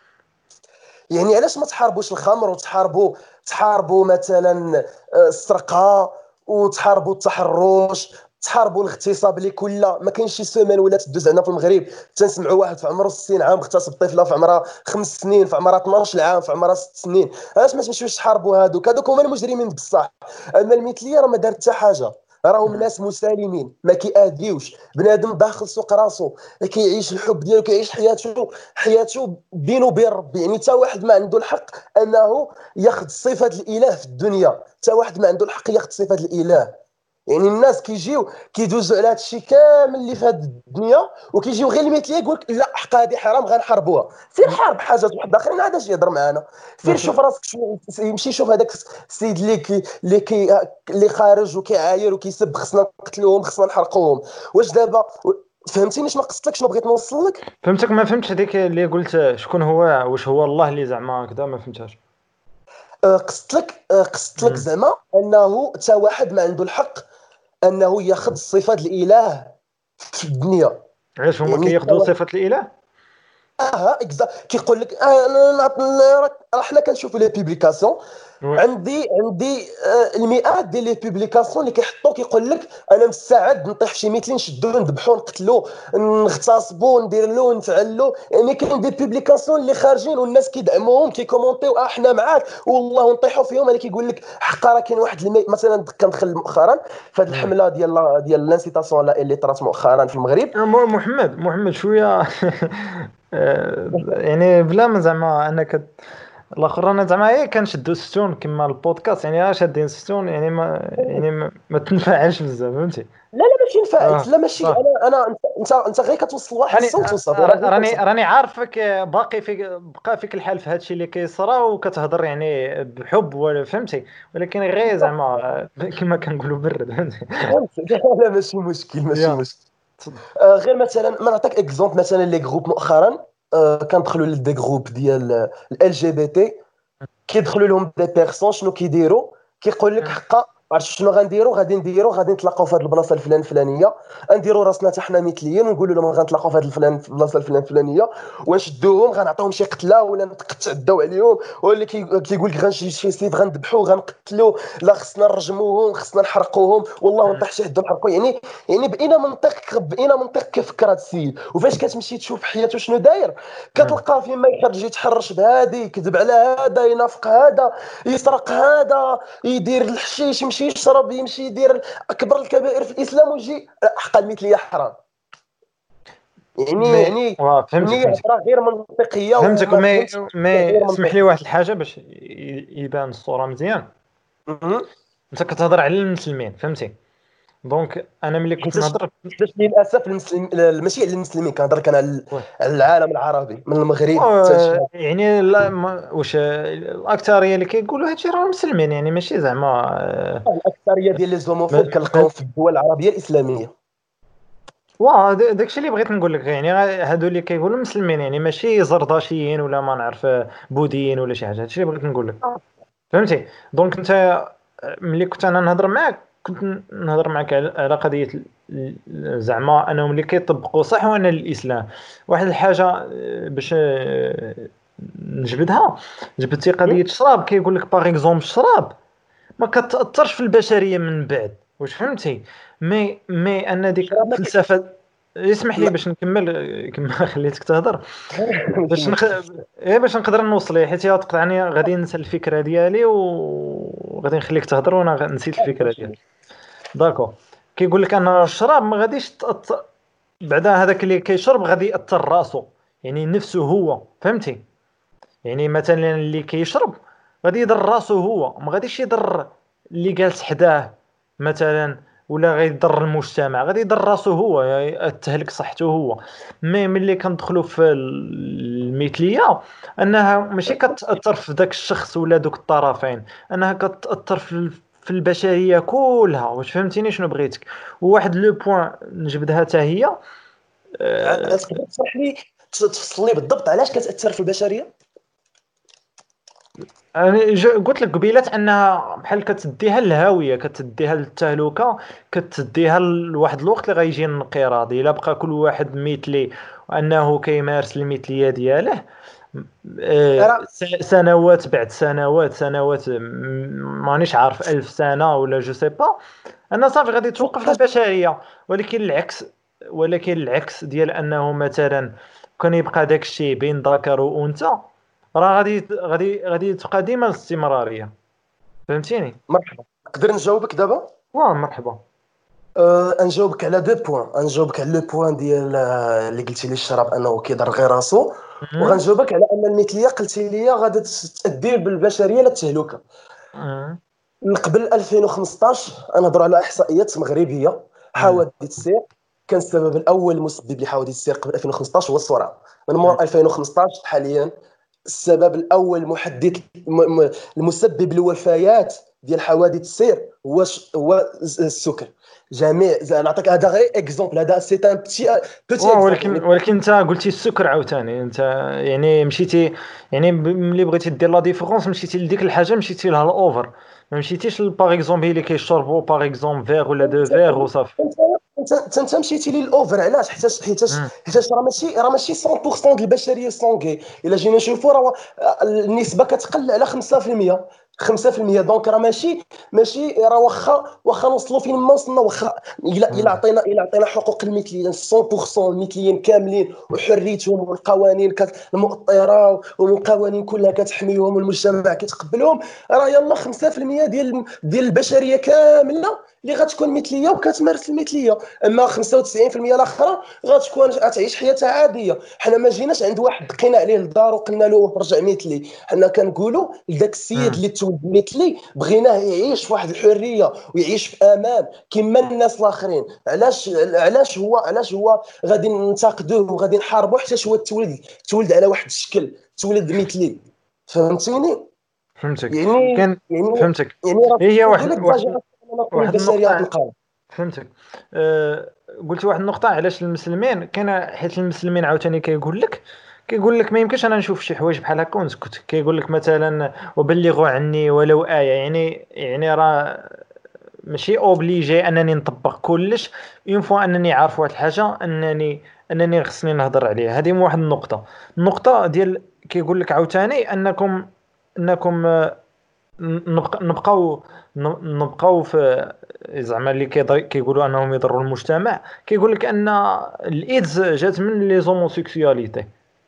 يعني علاش ما تحاربوش الخمر وتحاربوا تحاربوا مثلا آه، السرقه وتحاربوا التحرش، تحاربوا الاغتصاب اللي كل ما كاينش شي سيمين ولا تدوز عندنا في المغرب تنسمعوا واحد في عمره ستين عام اغتصب طفله في عمرها خمس سنين، في عمرها اثناش عام، في عمرها ست سنين. علاش ما تمشيوش تحاربوا هادوك؟ هادوك هما المجرمين بصح. اما المثليه راه ما دارت حتى حاجه، راهم ناس مسالمين ما كيأذيوش بنادم داخل سوق راسو، كيعيش الحب ديالو كيعيش حياته حياته بينه وبين ربي. يعني حتى واحد ما عنده الحق انه ياخذ صفه الاله في الدنيا، حتى واحد ما عنده الحق ياخذ صفه الاله. يعني الناس كيجيو كيدوزوا على هذا الشيء كامل اللي في هذه الدنيا وكيجيو غير المثليه يقول لك لا حق هذه حرام غنحاربوها. سير حارب حاجات واحد اخرين عاد اش يهضر معانا. ما سير في. شوف راسك شنو، يمشي شوف هذاك السيد اللي كي اللي كي اللي خارج وكيعاير وكيسب خصنا نقتلوهم خصنا نحرقوهم. واش دابا فهمتيني شنو قصت لك شنو بغيت نوصل لك؟ فهمتك. ما فهمتش هذيك اللي قلت شكون هو واش هو الله اللي زعما هكذا ما فهمتهاش. آه، قصت لك آه، قصت لك مم. زعما انه حتى واحد ما عنده الحق انه ياخذ صفه الاله في الدنيا. علاش هما يعني كياخذوا صفة الإله؟ اه اكزا كيقول لك آه أنا نعط- راك- راه حنا كنشوفوا لي بوبليكاسيون. وي. عندي عندي آه المئات ديال لي بوبليكاسيون اللي كيحطوا كيقول لك انا مستعد نطيح في شي مثلين نشدوه نذبحوه نقتلوه نغتصبوه ندير له نفعل له. يعني كاين دي بوبليكاسيون اللي خارجين والناس كيدعموهم كيكومونتيو اه حنا معاك والله نطيحوا فيهم. انا كيقول لك حقا راه كاين واحد المي... مثلا كندخل مؤخرا في هذه مم. الحمله ديال ديال لانسيتاسيون لا اللي طرات مؤخرا في المغرب. م- محمد محمد شوية. آه، يعني بلا ما زعما انك الاخر انا زعما ايه كنشدو ستون كما البودكاست، يعني راه شادين ستون، يعني ما يعني ما, ما تنفعلش بزاف فهمتي. لا لا ماشي نفعت، اه لا ماشي، صح. انا انا انت انت انت غير كتوصل لواحد راني الصوت وصافي، راه غير راني كتوصل. راني عارفك باقي فيك، بقى فيك الحال في هادشي اللي كيصرا وكتهضر يعني بحب ولا فهمتي، ولكن غير زعما كما كنقولوا برد فهمتي. فهمت لا لا ماشي مشكل ماشي يا مشكل. آه غير مثلا ما نعطيك اكزومبل، مثلا لي جروب مؤخرا آه كندخلوا لدي جروب ديال ال جي بي تي، كيدخلوا لهم دي بيرسون شنو كيديروا، كيقول لك حقا عرفت شنو غنديروا، غادي نديروا غادي نتلاقاو في هذه البلاصه الفلان الفلانيه، نديروا راسنا حتى حنا مثليين ونقولوا لهم غنتلاقاو في هذه الفلان في البلاصه الفلان الفلانيه، ونشدوهم غنعطيهم شي قتله ولا نتعداو عليهم، ولا كي- كيقول لك غنمشي شي سيد غنذبحوه غنقتلوه، لا خصنا نرجموهم خصنا نحرقوهم والله نطيح شي حد نحرقوه. يعني يعني بقينا منطق بقينا منطق كيفكر هذا السيد. وفاش كتمشي تشوف حياته شنو داير، كتلقاه فيما يخرج يتحرش بهادي، يكذب على هذا، ينافق هذا، يسرق هذا، يدير الحشيش، يمشي يشرب، يمشي يدير اكبر الكبائر في الاسلام، ويجي حق المثليه حرام. يعني مي يعني واه فهمتك يعني فهمتك هضره غير منطقيه فهمتك وما مي فهمتش غير مي اسمح لي منطقيه. واحد الحاجه باش ي- يبان الصوره مزيان. مهم. انت كتهضر على المسلمين فهمتي، دونك انا ملي كنت حيتاش نهضر. حيتاش للاسف المسلم ماشي على المسلمين، كنهضر كان على واه على العالم العربي من المغرب حتى واه لشمال. يعني لا ما- واش الاكثريه اللي كيقولوا هادشي راه مسلمين، يعني ماشي زعما آه، الاكثريه ديال لي زوموفوب ما- ما- كنلقاهم في الدول العربيه الاسلاميه. واه دا- داكشي اللي بغيت نقول لك، يعني غا- هادو اللي كيقولوا مسلمين يعني ماشي زرداشيين ولا ما نعرف آه، بوذيين ولا شي حاجه، هادشي اللي بغيت نقول لك فهمتي. دونك انت آه، ملي كنت انا نهضر معاك كنت نهضر معاك على على قضيه ال- ال- زعما انهم اللي كيطبقوا صح وانا الاسلام. واحد الحاجه آه، باش آه، نجبدها، جبدتي قضيه الشراب، كيقول لك باغ اكزومبل الشراب ما كتاثرش في البشريه من بعد، واش فهمتي. مي مي ان ديك الشراب ما الفلسفه، اسمح لي لا باش نكمل كما خليتك تهضر، ماشي باش نخ... مشكل. إيه باش نقدر نوصل ليه، حيت تقطعني غادي ننسى الفكره ديالي وغادي نخليك تهضر وانا غ- نسيت الفكره ماشي ديالي. مشكل. داكو. كيقول لك ان الشراب ما غاديش تأثر بعدا، هذاك اللي كيشرب غادي ياثر راسو، يعني نفسه هو فهمتي. يعني مثلا اللي كيشرب غادي يضر راسو هو، ما غاديش يضر اللي جالس حداه مثلا، ولا غيضر المجتمع، غادي يضر راسو هو، يعني تهلك صحته هو. مي ملي كندخلوا في المثليه، انها ماشي كتاثر في ذاك الشخص ولا دوك الطرفين، انها كتاثر في في البشريه كلها، واش فهمتيني شنو بغيتك. وواحد لو بوين نجبدها حتى هي ع- آه، تقدر تشرح لي تفصل لي بالضبط علاش كتاثر في البشريه؟ أنا ج- قلت لك قبيلة انها بحال كتديها للهاويه، كتديها للتهلكه، كتديها لواحد الوقت اللي غيجي الانقراض الا بقى كل واحد مثلي وانه كيمارس المثليه دياله. آه، راه س- سنوات بعد سنوات سنوات م- مانيش عارف ألف سنه ولا جو سي با، انا صافي غادي توقف البشريه. ولكن العكس، ولكن العكس ديال انه مثلا كان يبقى داك الشيء بين ذكر وانثى، راه غادي غادي غادي تبقى ديما الاستمراريه فهمتيني. مرحبا، نقدر نجاوبك دابا؟ واه مرحبا. أه نجاوبك على دو بوان، نجاوبك على لو بوان ديال آه، اللي قلتي لي الشراب انه كيضر غير راسو، مهم. وغنجاوبك على ان المثليه قلتي لي غادي تؤدي بالبشريه للتهلكه. مهم. من قبل ألفين وخمسطاش نهضروا على احصائيات مغربيه، مهم. حوادث السير كان السبب الاول المسبب لحوادث السير قبل ألفين وخمسطاش هو السرعه. من مور ألفين وخمسطاش حاليا السبب الاول محدد م- م- المسبب للوفيات ديال حوادث السير هو ش- هو السكر. جميع زي- نعطيك هذا غير اكزومبل، هذا سي ان بتي بتي واه اكزومبل ولكن يعني. ولكن انت قلتي السكر عاوتاني انت، يعني مشيتي يعني ب- ملي بغيتي دير لا ديفيرونس مشيتي لديك الحاجه، مشيتي لها الاوفر، ما مشيتيش باغ اكزومبل اللي كيشربوا باغ اكزومبل فيغ ولا دو فيغ وصافي. انت انت انت مشيتي للاوفر، علاش؟ حيتاش حيتاش مم. حيتاش راه ماشي راه ماشي مية بالمية ديال البشريه سونغي. الا جينا نشوفوا راه النسبه كتقل على خمسة في المية، خمسة في المية. دونك راه ماشي ماشي راه واخا واخا نوصلوا فين ما وصلنا، واخا الا الا مم. عطينا الا عطينا حقوق المثليين مية بالمية المثليين كاملين وحريتهم والقوانين كت- المؤطره والقوانين كلها كتحميهم والمجتمع كيتقبلهم، راه يلا خمسة في المية ديال ديال البشريه كامله اللي غتكون مثليه وكتمارس المثليه. اما خمسة وتسعين بالمئة الاخرى غتكون غتعيش حياتها عاديه. حنا ما جيناش عند واحد دقينا عليه للدار وقلنا له رجع مثلي، حنا كنقولوا لذاك السيد اللي تولد مثلي بغيناه يعيش في واحد الحريه ويعيش في امان كما الناس الاخرين. علاش علاش هو علاش هو غادي ننتقدوه وغادي نحاربوه حتى هو تولد تولد على واحد الشكل، تولد مثلي؟ فهمتيني؟ فهمتك. يعني كان يعني فهمتك. يعني راه هي كنقول واحد لك واحد الضجيج نقول واحد البشريه النقطة. غتنقرض. فهمتك. أه قلت واحد النقطة علاش المسلمين كان، حيت المسلمين عاوتاني كيقول لك كيقول لك ما يمكنش انا نشوف شي حوايج بحال هكا ونسكت. كيقول لك مثلا وبلغوا عني ولو آية، يعني يعني راه ماشي اوبليجي انني نطبق كلش. اون فوا انني عارف واحد الحاجه انني انني خصني نهضر عليها. هذه واحد النقطه. النقطه ديال كيقول لك عاوتاني انكم انكم آه، نبقى نبقاو نبقاو في زعما اللي كيضر- كيقولوا انهم يضروا المجتمع. كيقول لك ان الايدز جات من لي زوموسيكسواليتي.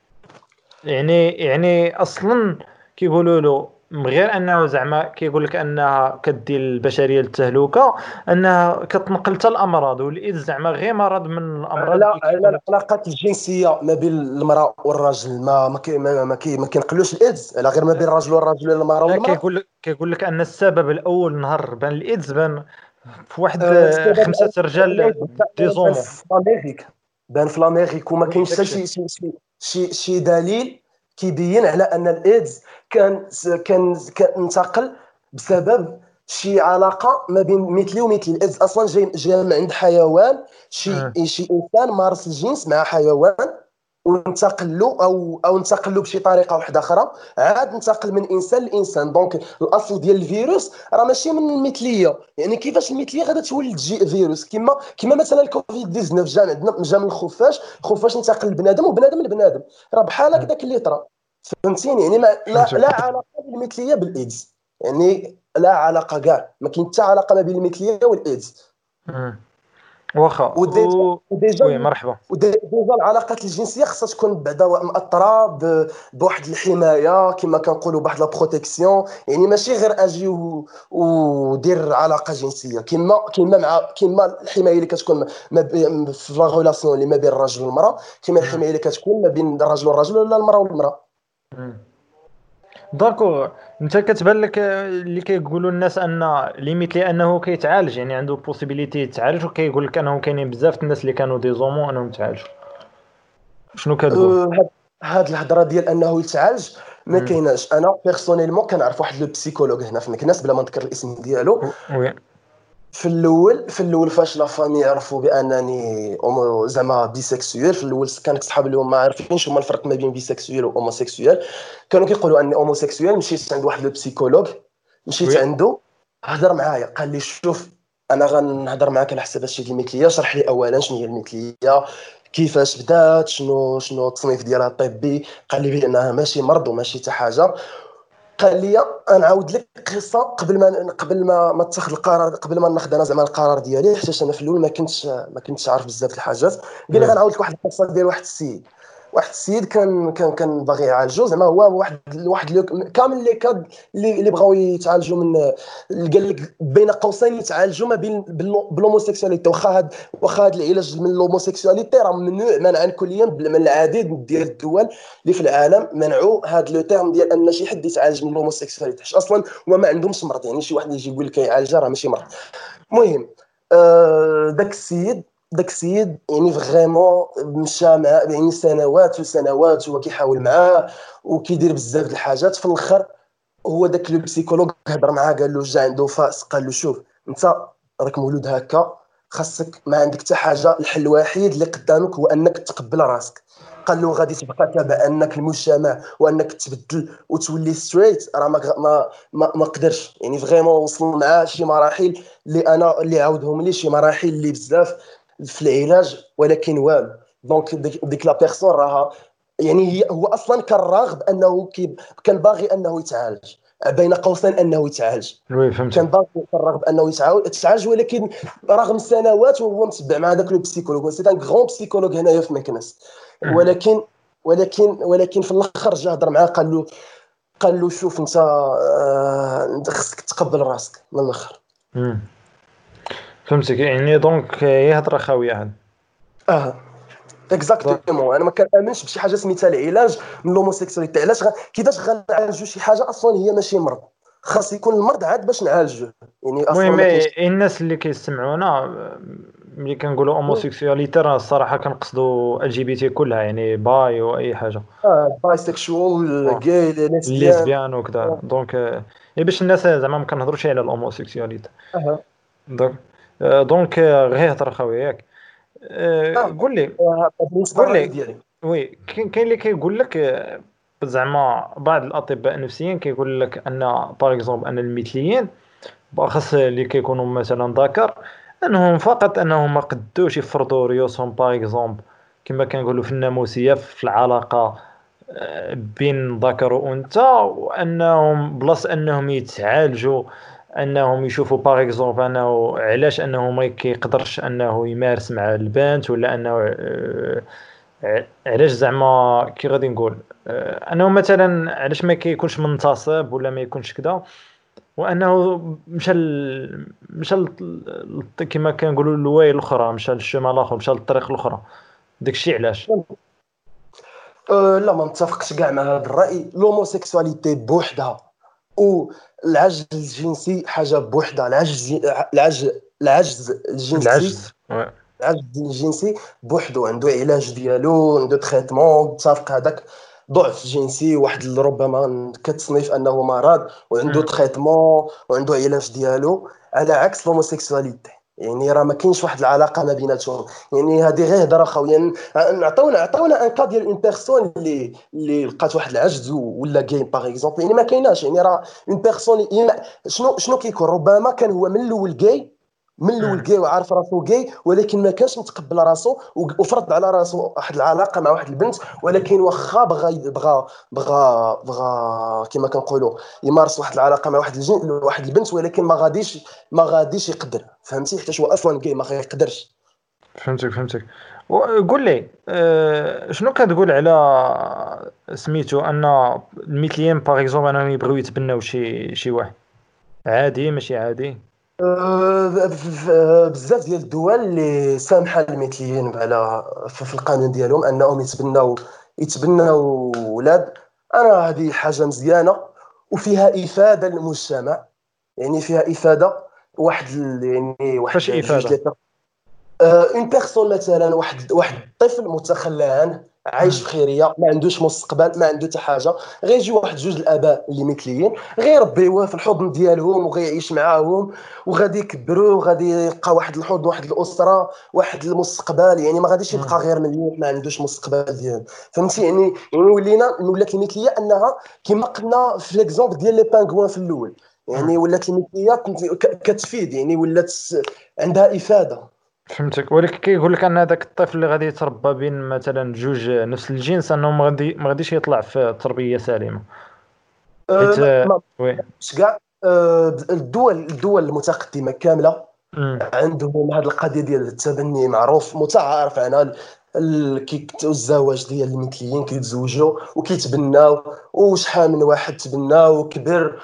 يعني يعني اصلا كيقولوا له من غير انه زعما كيقول لك انها كدير البشريه للتهلكه، انها كتنقل حتى الامراض. والايدز زعما غير مرض من الامراض على اللي على كيكونوا. العلاقات الجنسيه ما بين المراه والراجل ما ما كي ما, ما, كي ما كينقلوش الايدز على غير ما بين الراجل والراجل ولا المراه لا، والمراه. كيقول لك كيقول لك ان السبب الاول نهار بان الايدز بان في واحد آه، آه، السبب خمسه الاول رجال دي بان زومو. في امريكا، بان في امريكا وما وي كاينش حتى داكشي. شي شي شي شي شي دليل كيبين على ان الايدز كان كان كانتقل بسبب شي علاقه ما بين مثلي ومثلي. الايدز اصلا جاي جاي من عند حيوان، شي آه. شي انسان مارس الجنس مع حيوان وانتقل له او او انتقل له بشي طريقه واحده اخرى، عاد انتقل من انسان لانسان. دونك الاصل ديال الفيروس راه ماشي من المثليه. يعني كيفاش المثليه غادا تولد جي فيروس؟ كما كما مثلا الكوفيد تسعة عشر جا عندنا جا من الخفاش، الخفاش انتقل لبنادم وبنادم لبنادم. راه بحال آه. هكذاك اللي طرا. فهمتيني؟ يعني ما لا, فهمتك. لا علاقه بالمثليه بالايدز، يعني لا علاقه كاع، ما كاين حتى علاقه ما بين المثليه والايدز. آه. واخا وديجا و... وي وديجا مرحبا. وديجا العلاقات الجنسيه خصها تكون بعدا مأطره ب- بواحد الحمايه كما كنقولوا بواحد لا بروتيكسيون. يعني ماشي غير اجي و- ودير علاقه جنسيه كما كما مع كما الحمايه اللي كتكون ما بين في لا غولاسيون اللي ما بين الرجل والمراه، كما آه. الحمايه اللي كتكون ما بين الرجل والرجل ولا المراه والمراه. آه. داكور. انت كتبان لك آه، اللي كيقولوا الناس ان ليميت لي انه كيتعالج، يعني عنده بوسيبيليتي يتعالج. وكيقول لك انهم كاينين بزاف الناس اللي كانوا دي زومو انهم تعالجوا. شنو كتقول؟ أه، هاد هاد الهضره ديال انه يتعالج ما مم. كايناش. انا بيرسونيلمون كنعرف واحد لو بسيكولوج هنا في مكناس بلا ما نذكر الاسم ديالو. و- وي. في الاول في الاول فاش لا فامي عرفوا بانني أومو- زعما بيسيكسويل، في الاول كانت صحاب اللي هما عارفينش هما الفرق ما بين بيسيكسويل وهوموسيكسويل، كانوا كيقولوا اني هوموسيكسويل. مشيت عند واحد لو بسيكولوج، مشيت وي. عنده، هضر معايا قال لي شوف انا غنهضر معاك على حساب هادشي ديال المثليه. شرح لي اولا شنو هي المثليه، كيفاش بدات، شنو شنو التصنيف ديالها الطبي. قال لي بانها ماشي مرض وماشي حتى حاجه. قال لي نعاود لك قصه قبل ما قبل ما ما اتخذ القرار، قبل ما ناخذ انا زعما القرار ديالي، حيت انا في الاول ما كنتش ما كنتش عارف بزاف د الحاجات. قال لي مم. غنعاود لك واحد القصه ديال واحد السيد. واحد السيد كان كان كان باغي يعالجو، زعما هو واحد واحد لو- كامل لي كاد اللي اللي بغاو يتعالجوا من، قال لك بين قوسين يتعالجوا ما بين باللو- بالهوموسيكسواليتي. واخا هاد واخا هاد العلاج من الهوموسيكسواليتي راه ممنوع منعا كليا من العديد ديال الدول اللي في العالم منعوا هاد لو تيرم ديال ان شي حد يتعالج من الهوموسيكسواليتي، حيت اصلا هما ما عندهمش مرض. يعني شي واحد يجي يقول لك يعالجها راه ماشي مرض. المهم آه داك السيد داك السيد يعني فريمون مشى مع يعني سنوات وسنوات هو كيحاول معاه وكيدير بزاف د الحاجات. في الاخر هو داك لو بسيكولوج هضر معاه، قال له جا عنده فاس، قال له شوف انت راك مولود هكا، خاصك ما عندك حتى حاجه، الحل الوحيد اللي قدامك هو انك تقبل راسك. قال له غادي تبقى تابع انك المجتمع وانك تبدل وتولي ستريت، راه ما ما ما, ما قدرش. يعني فريمون وصل معاه شي مراحل اللي انا اللي عاودهم لي، شي مراحل اللي بزاف في العلاج ولكن والو. دونك ديك, ديك لا بيرسون راها يعني هي هو اصلا كان راغب انه كي كان باغي انه يتعالج، بين قوسين انه يتعالج. وي فهمتك. كان باغي كان راغب انه يتعالج يتعالج ولكن رغم سنوات وهو متبع مع ذاك لو بسيكولوج. سي ان غران بسيكولوج هنايا في مكناس. مم. ولكن ولكن ولكن في الاخر جا هضر معاه، قال له قال له شوف انت آه، انت خصك تقبل راسك من الاخر. مم. فهمتك، يعني دونك هي هضره خاويه هاد. اه دونك اكزاكتومون. انا ما كنامنش بشي حاجه سميتها العلاج من لوموسيكسواليتي. علاش غ... كيفاش غنعالجوا شي حاجه اصلا هي ماشي مرض؟ خاص يكون المرض عاد باش نعالجوه، يعني اصلا المهم ما كاينش. الناس اللي كيستمعونا ملي كنقولوا هوموسيكسواليتي راه الصراحه كنقصدوا ال جي بي تي كلها، يعني باي واي حاجه، اه بايسكشوال، جاي، ليسبيان. ليزبيان وكذا. دونك آه، إيه باش الناس زعما ما كنهضروش على الهوموسيكسواليتي. اه دونك آه، دونك آه، غير هضره خويا ياك. آه، اه قول لي آه، بالنسبه قول للراي لي ديالي. وي كاين كاين اللي كيقول لك آه، زعما بعض الاطباء النفسيين كيقول لك ان باغ اكزومبل ان المثليين بالاخص اللي كيكونوا مثلا ذكر، انهم فقط انهم ما قدوش يفرضوا ريوسهم باغ اكزومبل كما كنقولوا في الناموسيه في العلاقه آه، بين ذكر وانثى، وانهم بلاص انهم يتعالجوا انهم يشوفوا باغ اكزومبل انه علاش انه ما كيقدرش انه يمارس مع البنت، ولا انه آه، ع- علاش زعما كي غادي نقول آه، انه مثلا علاش ما كيكونش منتصب ولا ما يكونش كذا، وانه مشى ال... مشى ال... ال- كما كنقولوا الواي الاخرى، مشى للشمال الاخر، مشى للطريق الاخرى. داكشي علاش. أه لا، ما متفقش كاع مع هذا الراي. لوموسيكسواليتي بوحدها والعجز الجنسي حاجه بوحدها. العجز العجز العجز الجنسي العجز و- العجز الجنسي بوحدو عنده علاج ديالو، عنده تريتمون متفق. هذاك ضعف جنسي واحد اللي ربما كتصنيف انه مرض، وعنده مم. تريتمون وعنده علاج ديالو، على عكس لوموسيكسواليتي. يعني راه ما كاينش واحد العلاقه ما بيناتهم. يعني هذه غير هضره خويا. يعني نعطيونا عطيونا ان كا ديال اون بيرسون اللي اللي لقات واحد العجز ولا جاي باغ اكزومبل. يعني ما كايناش. يعني راه اون بيرسون شنو شنو كيكون؟ ربما كان هو من الاول جاي، من الاول مم. جاي وعارف راسو جاي، ولكن ما كانش متقبل راسو وفرض على راسو واحد العلاقه مع واحد البنت. ولكن واخا بغى بغى بغى بغى كما كنقولوا يمارس واحد العلاقه مع واحد الجن واحد البنت، ولكن ما غاديش ما غاديش يقدر. فهمتي؟ حيت هو اصلا جاي ما غيقدرش. فهمتك فهمتك. وقول لي آه، شنو كتقول على سميتو ان المثليين باغ اكزومبل انهم يبغيو يتبناو شي شي واحد عادي ماشي عادي. أه، ف- ف- بزاف ديال الدول اللي سامحه المثليين على في في القانون ديالهم انهم يتبناو يتبناو ولاد. انا هذه حاجه مزيانه وفيها افاده للمجتمع. يعني فيها افاده. واحد ال- يعني فاش واحد جوج افاده؟ ثلاثه. اون بيرسون مثلا، واحد واحد الطفل متخلى عنه، عايش مم. في خيريه، ما عندوش مستقبل، ما عنده حتى حاجه. غيجي واحد جوج الاباء اللي مثليين، غيربيوه في الحضن ديالهم وغيعيش معاهم، وغادي يكبروا وغادي يلقى واحد الحضن، واحد الاسره، واحد المستقبل. يعني ما غاديش مم. يبقى غير مليون ما عندوش مستقبل ديالو. فهمتي؟ يعني يعني ولينا ولات المثليه انها كما قلنا في ليكزومبل ديال لي بانغوان في الاول. مم. يعني ولات المثليه ك- كتفيد، يعني ولات عندها افاده. فهمتك، ولكن كيقول لك ان هذاك الطفل اللي غادي يتربى بين مثلا جوج نفس الجنس انه ما غادي ما غاديش يطلع في تربيه سليمه، أه حيت ما آه، ما وي. مش كاع. أه الدول الدول المتقدمه كامله مم. عندهم هذه القضيه ديال التبني معروف متعارف عنها. ال- ال- كي الزواج ديال المثليين كيتزوجوا وكيتبناو، وشحال من واحد تبنى وكبر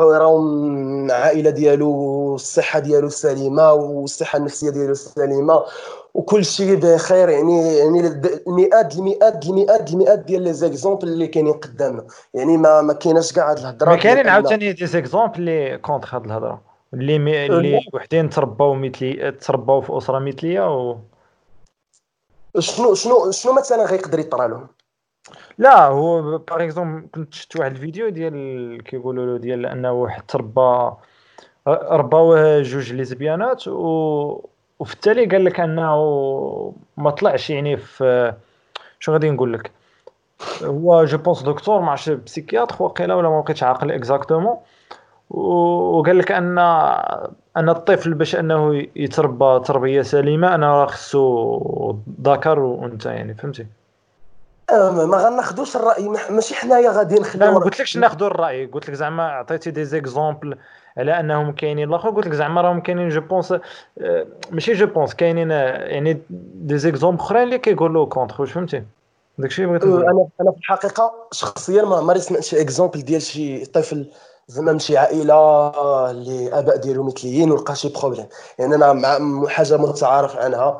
وراهم العائله ديالو الصحه ديالو سليمه والصحه النفسيه ديالو سليمه وكل شيء بخير. يعني يعني المئات المئات المئات المئات ديال لي زيكزومبل اللي كاينين قدامنا. يعني ما ما كايناش كاع هاد ما الهضره ديال كاينين ان عاوتاني دي زيكزومبل اللي كونتر هاد الهضره، اللي مي... اللي لا. وحدين ترباو مثلي ترباو في اسره مثليه و... شنو شنو شنو مثلا غيقدر يطرى لهم؟ لا هو باغ اكزومبل كنت شفت واحد الفيديو ديال كيقولوا له ديال انه واحد تربى رباوه جوج ليزبيانات و... وفي التالي قال لك انه ما طلعش يعني في شو غادي نقول لك، هو جو بونس دكتور ما عرفتش بسيكياتر وقيله ولا ما بقيتش عاقل اكزاكتومون، وقال لك ان ان الطفل باش انه يتربى تربيه سليمه انا خصو ذكر وانثى، يعني فهمتي. آه، ما ما غناخذوش الراي. ما- ماشي حنايا غادي لا نخليو ما الر- قلتلكش ناخذوا الراي، قلت لك زعما عطيتي دي زيكزامبل على انهم كاينين الاخر، قلت لك زعما راهم كاينين جو بونس آه، ماشي جو بونس كاينين آه، يعني دي زيكزامبل اخرين اللي كيقولوا كونتر، واش فهمتي داكشي اللي بغيت آه، نقول لك. انا انا في الحقيقه شخصيا ما ماري سمعت شي اكزومبل ديال شي طفل زعما من شي عائله اللي اباء ديالهم مثليين ولقى شي بروبليم. يعني انا مع حاجه متعارف عنها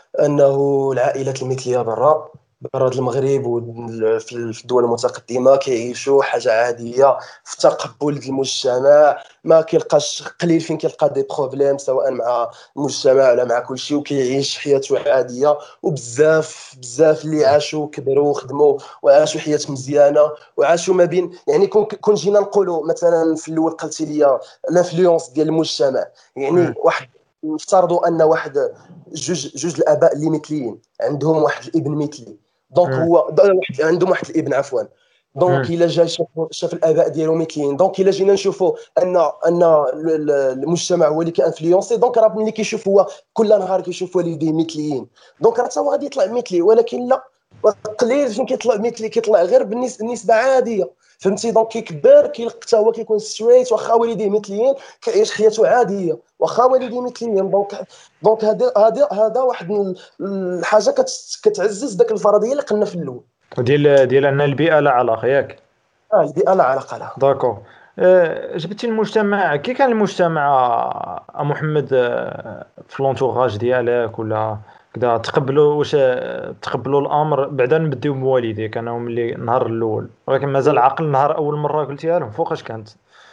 انه العائلات المثليه برا برا المغرب وفي الدول المتقدمه كيعيشوا حاجه عاديه في تقبل المجتمع، ما كيلقاش قليل فين كيلقى دي بروبليم سواء مع المجتمع ولا مع كل شيء، وكيعيش حياته عاديه. وبزاف بزاف اللي عاشوا كبروا وخدموا وعاشوا حياه مزيانه وعاشوا ما بين، يعني كون كون جينا نقولوا مثلا في الاول قلتي لي الانفلونس ديال المجتمع، يعني واحد نفترضوا ان واحد جوج جوج الاباء اللي مثليين عندهم واحد الابن مثلي، دونك مم. هو دا- واحد عندهم واحد الابن عفوا، دونك مم. الا جا شاف شاف الاباء ديالو مثليين، دونك الا جينا نشوفوا ان ان ال- ال- المجتمع هو اللي كانفلونسي، دونك راه ملي كيشوف هو كل نهار كيشوف والديه مثليين، دونك راه حتى هو غادي يطلع مثلي. ولكن لا، قليل فين كيطلع مثلي، كيطلع غير بالنسبه النسبه عاديه، فهمتي؟ دونك كيكبر كيلقى حتى هو كيكون ستريت، واخا والديه مثليين كيعيش حياته عاديه واخا والديه مثليين. دونك دونك هذا هذا هذا واحد ال- الحاجه كت- كتعزز داك الفرضيه اللي قلنا في الاول. ديال ديال ان البيئه لا علاقه ياك. اه البيئه لا علاقه لها. داكور. أه، جبتي المجتمع، كي كان المجتمع أ محمد، أه، في لونتوراج ديالك ولا كذا تقبلوا واش أه، تقبلوا الامر بعدا نبديو بوالديك انا ملي النهار الاول، ولكن مازال عاقل نهار اول مره قلتيها لهم فوقاش كانت؟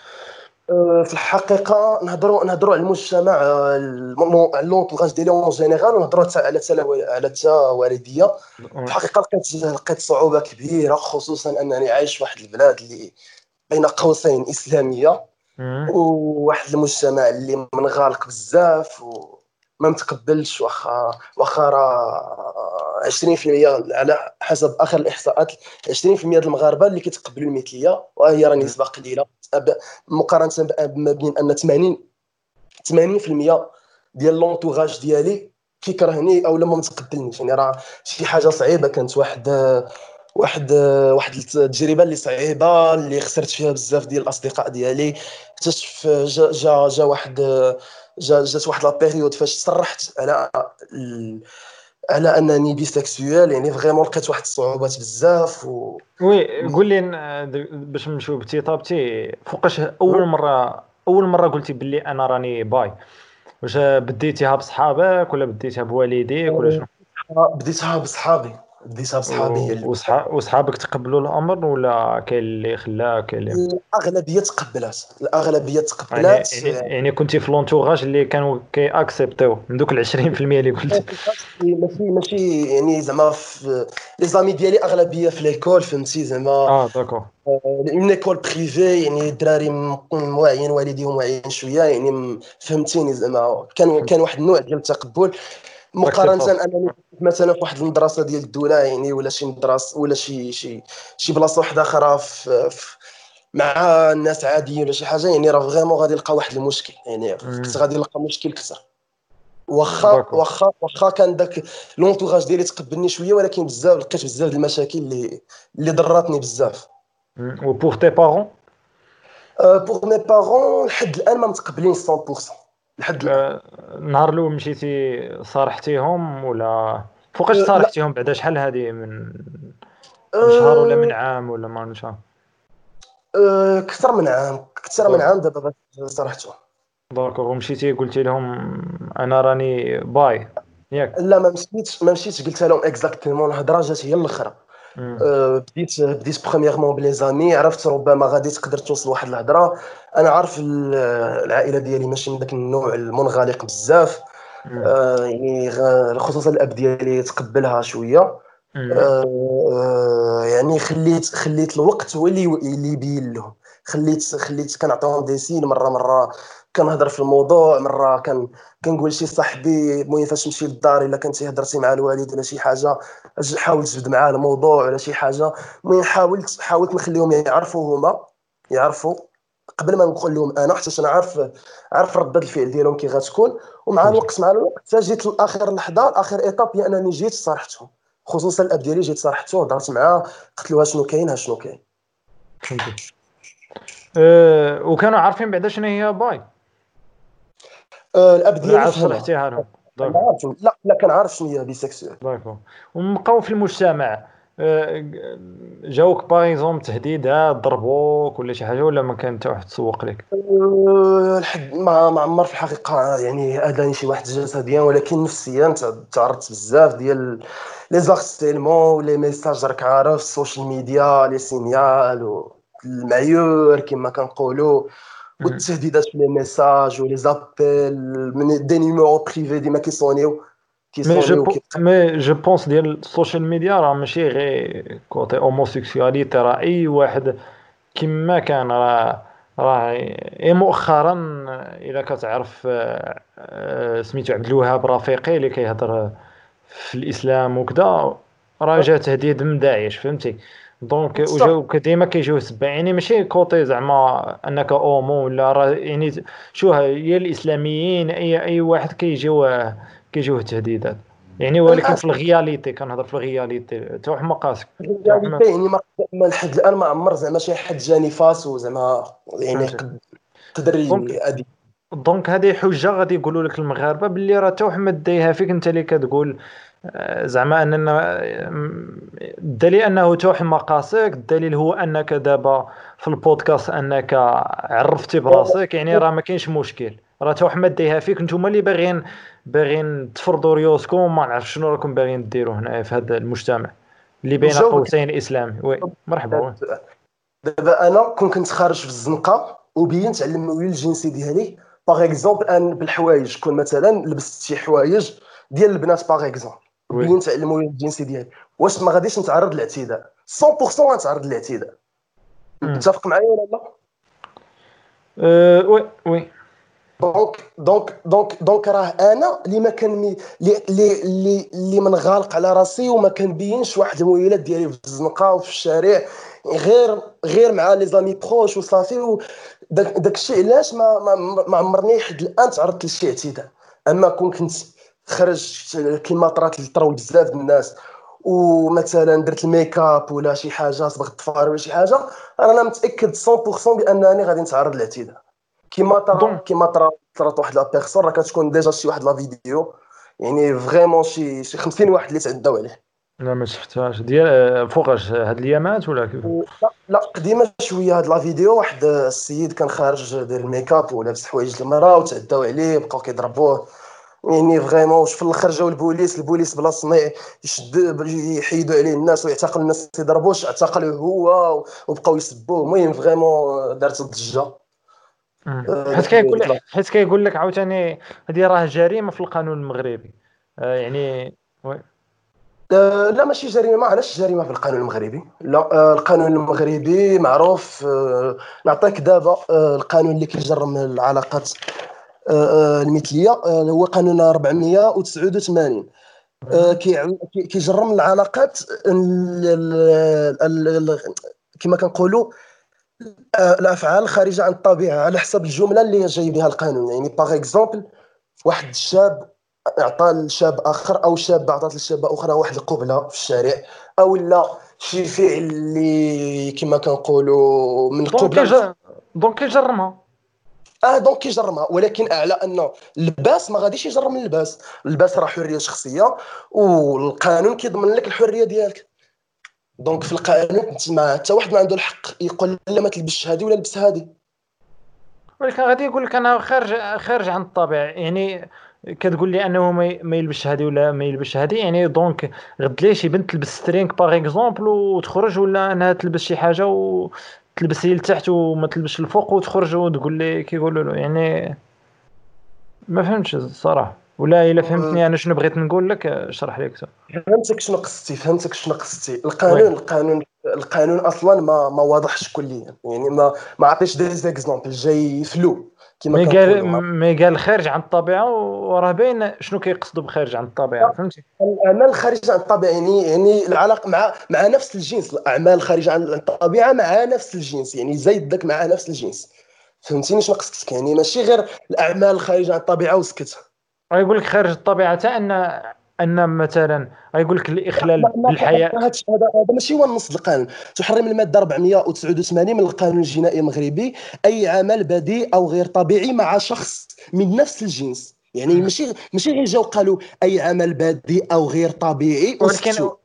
آه، في الحقيقه نهضروا نهضروا على المجتمع، آه، الم- على لونطوغاج ديالي اون جينيرال، ونهضروا حتى على حتى على حتى والديا. في وي. الحقيقه لقيت لقيت صعوبه كبيره، خصوصا انني عايش في واحد البلاد اللي بين قوسين اسلاميه، مم. وواحد المجتمع اللي منغلق بزاف وما متقبلش. واخا واخا راه عشرين في المية على حسب اخر الاحصاءات، عشرين في المية ديال المغاربه اللي كيتقبلوا المثليه، وهي راه مم. نسبه قليله أب- مقارنه ب- ما بين ان ثمانين ثمانين في المية ديال لونطوغاج ديالي كيكرهني او لما متقبلنيش. يعني راه شي حاجه صعيبه كانت. واحد واحد واحد التجربه اللي صعيبه اللي خسرت فيها بزاف ديال الاصدقاء ديالي. اكتشف جا جا, جا واحد جا جات واحد لا بيريود فاش صرحت على ال- على انني بيسكسويال، يعني فريمون لقيت واحد الصعوبات بزاف و وي قول لي، أه، باش نمشيو بتيطابتي، فوقاش اول مره اول مره قلتي باللي انا راني باي؟ واش بديتيها بصحابك ولا بديتها بوالديك ولا شنو؟ بديتها بصحابي بديتها بصحابي هي اللي بدات. وصحاب وصحابك تقبلوا الامر ولا كاين اللي خلاك كاين اللي... الاغلبيه تقبلات الاغلبيه يعني تقبلات. يعني يعني كنتي في لونتوراج اللي كانوا كي اكسبتيو من دوك ال عشرين في المية اللي قلت؟ ماشي ماشي يعني زعما في لي زامي ديالي اغلبيه في ليكول، فهمتي؟ زعما اه داكور. اون ايكول بريفي، يعني الدراري م- واعيين، والديهم واعيين شويه، يعني م- فهمتيني؟ زعما كان كان واحد النوع ديال التقبل، مقارنه لاكسبتاسيون. انني كنت مثلا في واحد المدرسه ديال الدوله، يعني ولا شي مدرسه ولا شي شي شي بلاصه واحده اخرى في, في مع الناس عاديين ولا شي حاجه، يعني راه فريمون غادي نلقى واحد المشكل، يعني كنت غادي نلقى مشكل كثر. واخا داكور. واخا واخا كان داك لونتوراج ديالي تقبلني شويه، ولكن بزاف لقيت بزاف د المشاكل اللي اللي ضراتني بزاف. و بور تي بارون؟ بوغ مي بارون لحد الان ما متقبلين مية بالمية لحد الان. النهار الاول مشيتي صارحتيهم ولا فوقاش أه لا. صارحتيهم؟ بعدا شحال هذه، من من شهر ولا من أه عام ولا ما من شهر؟ أه اكثر من عام اكثر من داكور. عام دابا باش صرحته. داكور. ومشيتي قلتي لهم انا راني باي ياك؟ لا ما مشيتش ما مشيتش قلت لهم اكزاكتومون، الهضره جات هي الاخرى. مم. أه بديت بديت برومييرمون بلي زامي، عرفت ربما غادي تقدر توصل واحد الهضره. انا عارف ال- العائله ديالي ماشي من داك النوع المنغلق بزاف، مم. أه يعني غ- خصوصا الاب ديالي تقبلها شويه. مم. أه يعني خليت خليت الوقت هو اللي اللي يبين لهم. خليت خليت كنعطيهم دي سين، مره مره كنهضر في الموضوع، مره كان كنقول شي صاحبي المهم فاش نمشي للدار الا كنتي هضرتي مع الوالد ولا شي حاجه، أج- حاول تجبد معاه الموضوع ولا شي حاجه. المهم حاولت حاولت نخليهم يعرفوا هما يعرفوا قبل ما نقول لهم انا، حتى انا عارف عارف رده الفعل ديالهم كي غتكون. ومع فهمتك. الوقت مع الوقت حتى جيت لاخر لحظه، اخر ايطاب هي انني جيت صارحتهم، خصوصا الاب ديالي جيت صارحته، هضرت معاه قلت له ها شنو كاين ها شنو كاين. فهمتك. أه، وكانوا عارفين بعدا شنو هي باي آه الاب ولا ديالي عاد فهمها. صرحتيها لهم؟ انا داكور. عارف، لا لا كان عارف شنو هي بيسكسوال. داكور. ونبقاو في المجتمع. أه، جاوك باغ اكزومبل تهديدات ضربوك ولا شي حاجه، ولا ما كان حتى واحد تسوق لك؟ أه، لحد ما ما عمر في الحقيقه يعني اداني شي واحد جسديا، ولكن نفسيا تع- تعرضت بزاف ديال لي زارتيلمون ولي ميساج. راك عارف السوشيال ميديا لي سينيال والمعيور كما كنقولوا، مم. والتهديدات في لي ميساج ولي زابيل من دي نيميرو بريفي ديما كيصونيو مي جو كيصونيو بو- مي جو بونس ديال السوشيال ميديا راه ماشي غير كوتي هوموسيكسواليتي، راه اي واحد كما كان راه راه اي مؤخرا اذا كتعرف آه، آه، سميتو عبد الوهاب رفيقي اللي كيهضر في الاسلام وكذا، راه جا تهديد من داعش فهمتي. دونك صح. وجاو ديما كيجيو سبع، يعني ماشي كوتي زعما انك اومو ولا راه يعني شو هي الاسلاميين، اي اي واحد كيجيو كيجيوه تهديدات يعني، ولكن في للاسف الغياليتي كنهضر في الغياليتي توح مقاسك توح ما الرياليتي يعني ما ما لحد الان ما عمر زعما شي حد جاني فاسو زعما يعني فهمتي. قد- قدر دونك يأدي. دونك هذه حجه غادي يقولوا لك المغاربه باللي راه توح ما دايها فيك انت اللي كتقول آه، زعما اننا الدليل انه توح مقاسك، الدليل هو انك دابا في البودكاست انك عرفتي براسك، يعني راه ما كاينش مشكل، راه توح ما دايها فيك، نتوما اللي باغيين باغيين تفرضوا ريوسكم، ما نعرف شنو راكم باغيين ديروا هنا في هذا المجتمع اللي بين نجاوبك قوسين اسلامي. وي مرحبا. هذا وي السؤال. دابا انا كون كنت خارج في الزنقه وبينت على الميول الجنسي ديالي، باغ اكزومبل ان بالحوايج كون مثلا لبست شي حوايج ديال البنات باغ اكزومبل وي وبينت على الميول الجنسي ديالي، واش ما غاديش نتعرض للاعتداء؟ مية بالمية غنتعرض للاعتداء. أمم. متفق معايا ولا لا؟ أه، وي وي دونك دونك دونك دونك راه انا اللي ما كان مي- اللي اللي اللي اللي منغالق على راسي وما كنبينش واحد الميولات ديالي في الزنقه وفي الشارع، غير غير مع لي زامي بروش وصافي. وداك داك الشيء علاش ما ما, ما عمرني حد الان تعرضت لشي اعتداء. اما كون كنت خرج كيما طرات لطرو بزاف د الناس ومثلا درت الميك اب ولا شي حاجه صبغت الضفار ولا شي حاجه، انا متاكد مية بالمية بانني غادي نتعرض للاعتداء. كيما دونك ترى كيما ترى طرات واحد لا بيرسون راه كتكون ديجا شي واحد لا فيديو، يعني فريمون شي شي خمسين واحد اللي تعداو عليه. لا ما شفتهاش ديال أه، فوقاش هاد الايامات ولا كيف؟ لا لا قديمه شويه هاد لا فيديو. واحد السيد كان خارج داير الميك اب ولابس حوايج المراه وتعداو عليه بقاو كيضربوه، يعني فريمون. واش في الاخر جاو البوليس البوليس بلا صنيع يشد يحيدوا عليه الناس ويعتقل الناس ما يضربوش، اعتقلوه هو وبقاو يسبوه. المهم فريمون دارت ضجه. مم. آه، حيت داك كيقول ديك لك لا حيت كيقول لك عاوتاني هذه راه جريمه في القانون المغربي. آه يعني وي. آه، لا ماشي جريمه. علاش جريمه في القانون المغربي؟ لا آه، القانون المغربي معروف. آه، نعطيك دابا آه، القانون اللي كيجرم العلاقات آه، آه، المثليه آه، هو قانون أربعمية وتسعة وثمانين. آه، مم. كيع- كي- كيجرم العلاقات ال- ال- ال- ال- كما كنقولوا آه، الافعال الخارجه عن الطبيعه على حسب الجمله اللي جاي بها القانون. يعني باغ اكزومبل واحد الشاب اعطى لشاب اخر او شابه عطات لشابه اخرى واحد القبله في الشارع، او لا شي فعل اللي كما كنقولوا من دونك القبله. كيج- دونك كيجرمها. اه دونك كيجرمها، ولكن اعلى انه اللباس ما غاديش يجرم اللباس. اللباس راه حريه شخصيه والقانون كيضمن لك الحريه ديالك. دونك في القانون انت ما حتى واحد ما عنده الحق يقول لا ما تلبسش هذه ولا لبس هذه. ولكن غادي يقول لك انا خارج خارج عن الطبيعه، يعني كتقول لي انه ما ي- ما يلبسش هذه ولا ما يلبسش هذه، يعني دونك غد ليه شي بنت تلبس سترينغ باغ اكزومبل وتخرج، ولا انها تلبس شي حاجه وتلبس هي لتحت وما تلبسش الفوق وتخرج وتقول لي كيقولوا له يعني ما فهمتش الصراحه، ولا الا فهمتني انا شنو بغيت نقول لك اشرح لك اكثر. فهمتك شنو قصتي فهمتك شنو قصتي. وي القانون القانون القانون اصلا ما ما واضحش كليا، يعني ما ما عطيش دي زيكزامبل جاي فلو كما مي قال كنقولوا. ما مي قال خارج عن الطبيعه، وراه باين شنو كيقصدوا بخارج عن الطبيعه فهمتي. الاعمال الخارجه عن الطبيعه يعني يعني العلاقه مع مع نفس الجنس. الاعمال الخارجه عن الطبيعه مع نفس الجنس، يعني زايد داك مع نفس الجنس. فهمتيني شنو قصدك؟ يعني ماشي غير الاعمال الخارجه عن الطبيعه وسكت. غيقول لك خارج الطبيعه حتى ان ان مثلا غيقول لك الاخلال ما ما بالحياه. ما هادش- هذا هذا ماشي هو النص القانون. تحرم الماده أربعمية وتسعة وثمانين من القانون الجنائي المغربي اي عمل بذيء او غير طبيعي مع شخص من نفس الجنس. يعني مم. ماشي ماشي غير جاو قالوا اي عمل بذيء او غير طبيعي ولكن وسكتوا.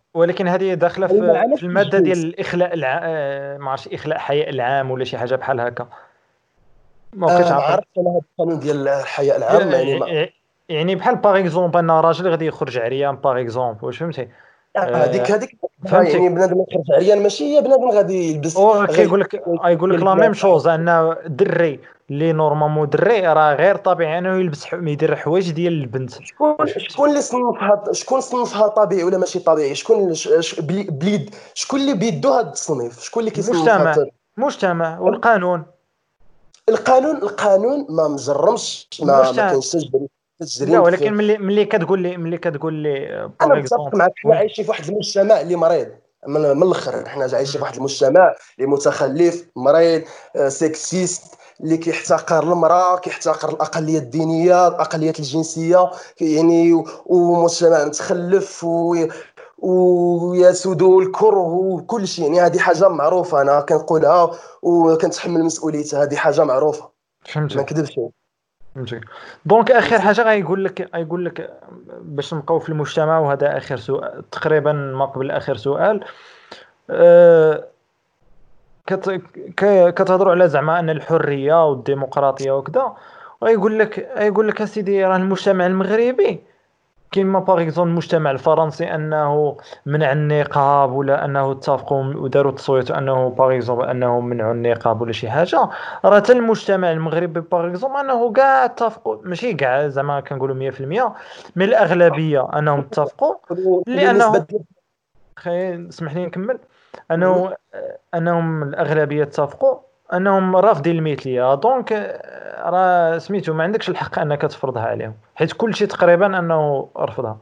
ولكن هذه داخله يعني ما في عملش في الماده الجنس. ديال الاخلاء الع... آه، ما عرفتش اخلاء حياء العام ولا شي حاجه بحال هكا، ما بقيتش آه ما عارف. عرفتش انا هذا القانون ديال الحياء العام يعني ما. يع- يعني بحال باغ اكزومبل ان راجل غادي يخرج عريان باغ اكزومبل، واش فهمتي؟ آه، هذيك آه، هذيك يعني فهمتي. بنادم يخرج عريان ماشي هي بنادم غادي يلبس او غير كيقول لك يقول لك لا ميم شوز، ان دري اللي نورمالمون دري راه غير طبيعي انه يلبس ح- يدير حوايج ديال البنت. شكون واش فهمتي؟ شكون اللي صنفها شكون صنفها طبيعي ولا ماشي طبيعي؟ شكون ش- ش- بلي- بليد شكون اللي بيدو هذا التصنيف؟ شكون اللي كيصنفها المجتمع، حتى المجتمع والقانون. القانون؟ القانون ما مجرمش، ما ما المجتمع كاينش تجريم لا، تجريم ولكن في. ملي ملي كتقول لي ملي كتقول لي انا باغ متفق اكزومبل. معك، حنا وي. عايشين في واحد المجتمع اللي مريض. من, من الاخر حنا عايشين في واحد المجتمع اللي متخلف مريض، آه، سكسيست، اللي كيحتقر المراه، كيحتقر الاقليه الدينيه، الاقليات الجنسيه، يعني و- ومجتمع متخلف و ويسود الكره وكل شيء. يعني هذه حاجه معروفه، انا كنقولها وكنتحمل مسؤوليتها، هذه حاجه معروفه ما فهمتك نكذبش. فهمتك. دونك اخر فهمتي؟ حاجه غايقول لك غايقول لك باش نبقاو في المجتمع، وهذا اخر سؤال تقريبا ما قبل اخر سؤال. أه كت... ك- كتهضروا على زعما ان الحريه والديمقراطيه وكذا، ويقول لك يقول لك اسيدي راه المجتمع المغربي كيما باغ اكزومبل المجتمع الفرنسي انه منع النقاب، ولا انه اتفقوا وداروا تصويت انه باغ اكزومبل انه منعوا النقاب ولا شي حاجه. راه حتى المجتمع المغربي باغ اكزومبل انه كاع اتفقوا، ماشي كاع زعما كنقولوا مية في المية، من الاغلبيه انهم اتفقوا. خذوا خذوا النسبه لانه ديال. خلينا اسمح لي نكمل. انه انهم الاغلبيه اتفقوا انهم رافضين المثليه، دونك آه، راه سميتو ما عندكش الحق انك تفرضها عليهم، حيت كل شيء تقريبا انه رفضها.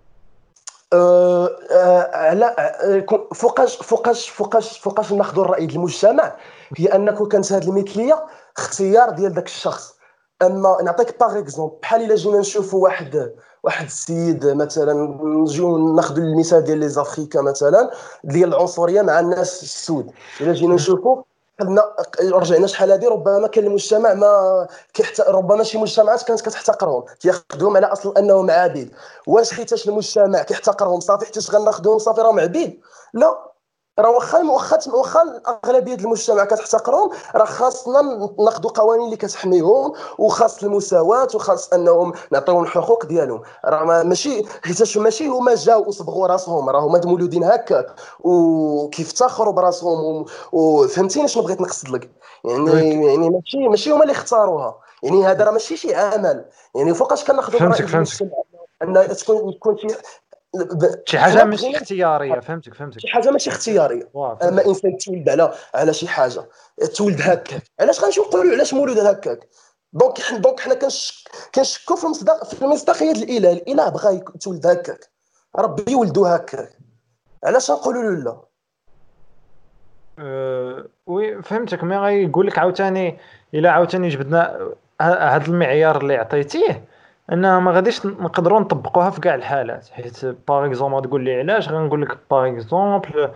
أه أه لا أه كون- فوقاش فوقاش فوقاش فوقاش ناخذوا الراي ديال المجتمع، هي انك كانت هذه المثليه اختيار ديال ذاك الشخص. اما نعطيك باغ اكزومبل، بحال الا جينا نشوفوا واحد واحد السيد مثلا، نجيو ناخذوا المثال ديال لي زافريكا مثلا، ديال العنصريه مع الناس السود. الا جينا نشوفوا خدنا رجعنا شحال هذه، ربما كان المجتمع ما كيحت... ربما شي مجتمعات كانت كتحتقرهم، كياخذوهم على اصل انهم عبيد. واش حيتاش المجتمع كيحتقرهم صافي حيتاش غناخذوهم صافي راهم عبيد؟ لا. راه واخا واخا واخا الاغلبيه ديال المجتمع كتحتقرهم، راه خاصنا ناخذوا قوانين اللي كتحميهم، وخاص المساواه، وخاص انهم نعطيوهم الحقوق ديالهم. راه ما- ماشي حيتاش ماشي هما جاوا وصبغوا راسهم، راه هما مولودين هكاك وكيفتخروا براسهم. وفهمتيني شنو بغيت نقصد لك؟ وي. يعني يعني ماشي ماشي هما اللي اختاروها. يعني هذا راه ماشي شي عمل. يعني فوقاش كناخذوا فهمتك بالراي ديال فهمتك. المجتمع ان تكون تكون شي ب- شي حنا حاجه ماشي بغينا اختياريه. فهمتك فهمتك. شي حاجه ماشي اختياريه. واه اما فهمتك. انسان تولد على على شي حاجه، تولد هكاك، علاش غنمشيو نقولوا علاش مولود هكاك؟ دونك حنا دونك حنا كنش كنشكوا في المصداق في مصداقيه الاله. الاله بغى يك- تولد هكاك، ربي ولدو هكاك، علاش نقولوا له لا؟ أه وي فهمتك. مي غيقول لك عاوتاني الا عاوتاني جبدنا هذا المعيار اللي عطيتيه، انها ما غاديش نقدروا نطبقوها في كاع الحالات، حيت باغ اكزومبل تقول لي علاش غنقول لك باغ اكزومبل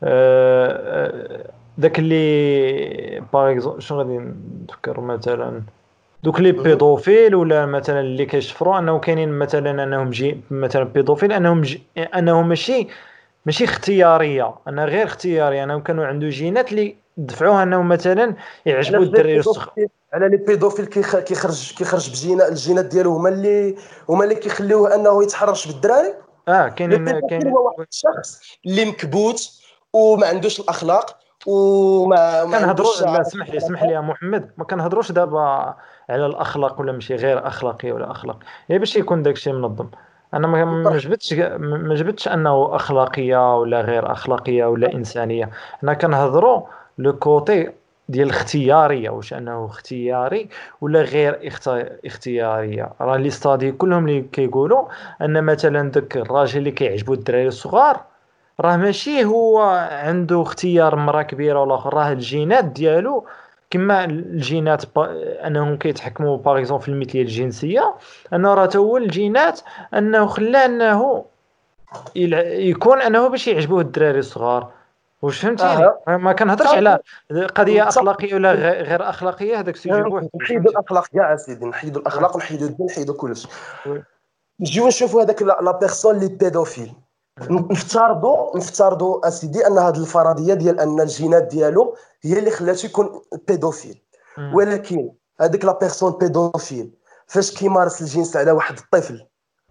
داك اللي باغ اكزومبل شنو غادي نفكر مثلا، دوك لي مهم. بيدوفيل، ولا مثلا اللي كيشفروا انه كاينين مثلا انهم جي مثلا بيدوفيل انهم جي انهم ماشي ماشي اختياريه، انا غير اختياريه، انهم كانوا عنده جينات اللي دفعوها انهم مثلا يعجبوا علاش لي الدراري الصغار. بيدوفيل على لي بيدوفيل كيخ- كيخرج كيخرج بجينا الجينات ديالو هما اللي هما اللي كيخليوه انه يتحرش بالدراري؟ اه لو كاينين بيدوفيل كاين. هو واحد الشخص اللي مكبوت وما عندوش الاخلاق وما ما كنهضروا عندوش لا، عارف اسمح لي اسمح لي العلاقات. يا محمد، ما كنهضروش دابا على الاخلاق ولا ماشي غير اخلاقي ولا اخلاق، هي باش يكون داكشي منظم. انا ما ما جبتش ما جبتش انه اخلاقيه ولا غير اخلاقيه ولا انسانيه. انا كنهضروا لو كوتي ديال الاختياريه، واش انه اختياري ولا غير اخت- اختياريه. راه لي ستادي كلهم اللي كيقولوا ان مثلا داك الراجل اللي كيعجبو الدراري الصغار راه ماشي هو عنده اختيار مرة كبيرة ولا آخر، راه الجينات ديالو كما الجينات با... انهم كيتحكموا باغ اكزومبل في المثليه الجنسيه، انه راه تا هو الجينات انه خلاه انه يلع... يكون انه باش يعجبوه الدراري الصغار. واش فهمتيني؟ اها ما كنهضرش على صافي قضيه متفق. اخلاقيه ولا غ- غير اخلاقيه، هذاك سيجي بوحدو. واش نحيدوا فهمتي؟ الاخلاق كاع اسيدي، نحيدوا وي الاخلاق ونحيدوا الدين، نحيدوا كلشي. وي نجيو نشوفوا هذاك لا لا بيرسون لي بيدوفيل. نفترضوا نفترضوا اسيدي ان هذه الفرضيه ديال ان الجينات ديالو هي اللي خلاته يكون بيدوفيل، مم. ولكن هذيك لا بيرسون بيدوفيل فاش كيمارس الجنس على واحد الطفل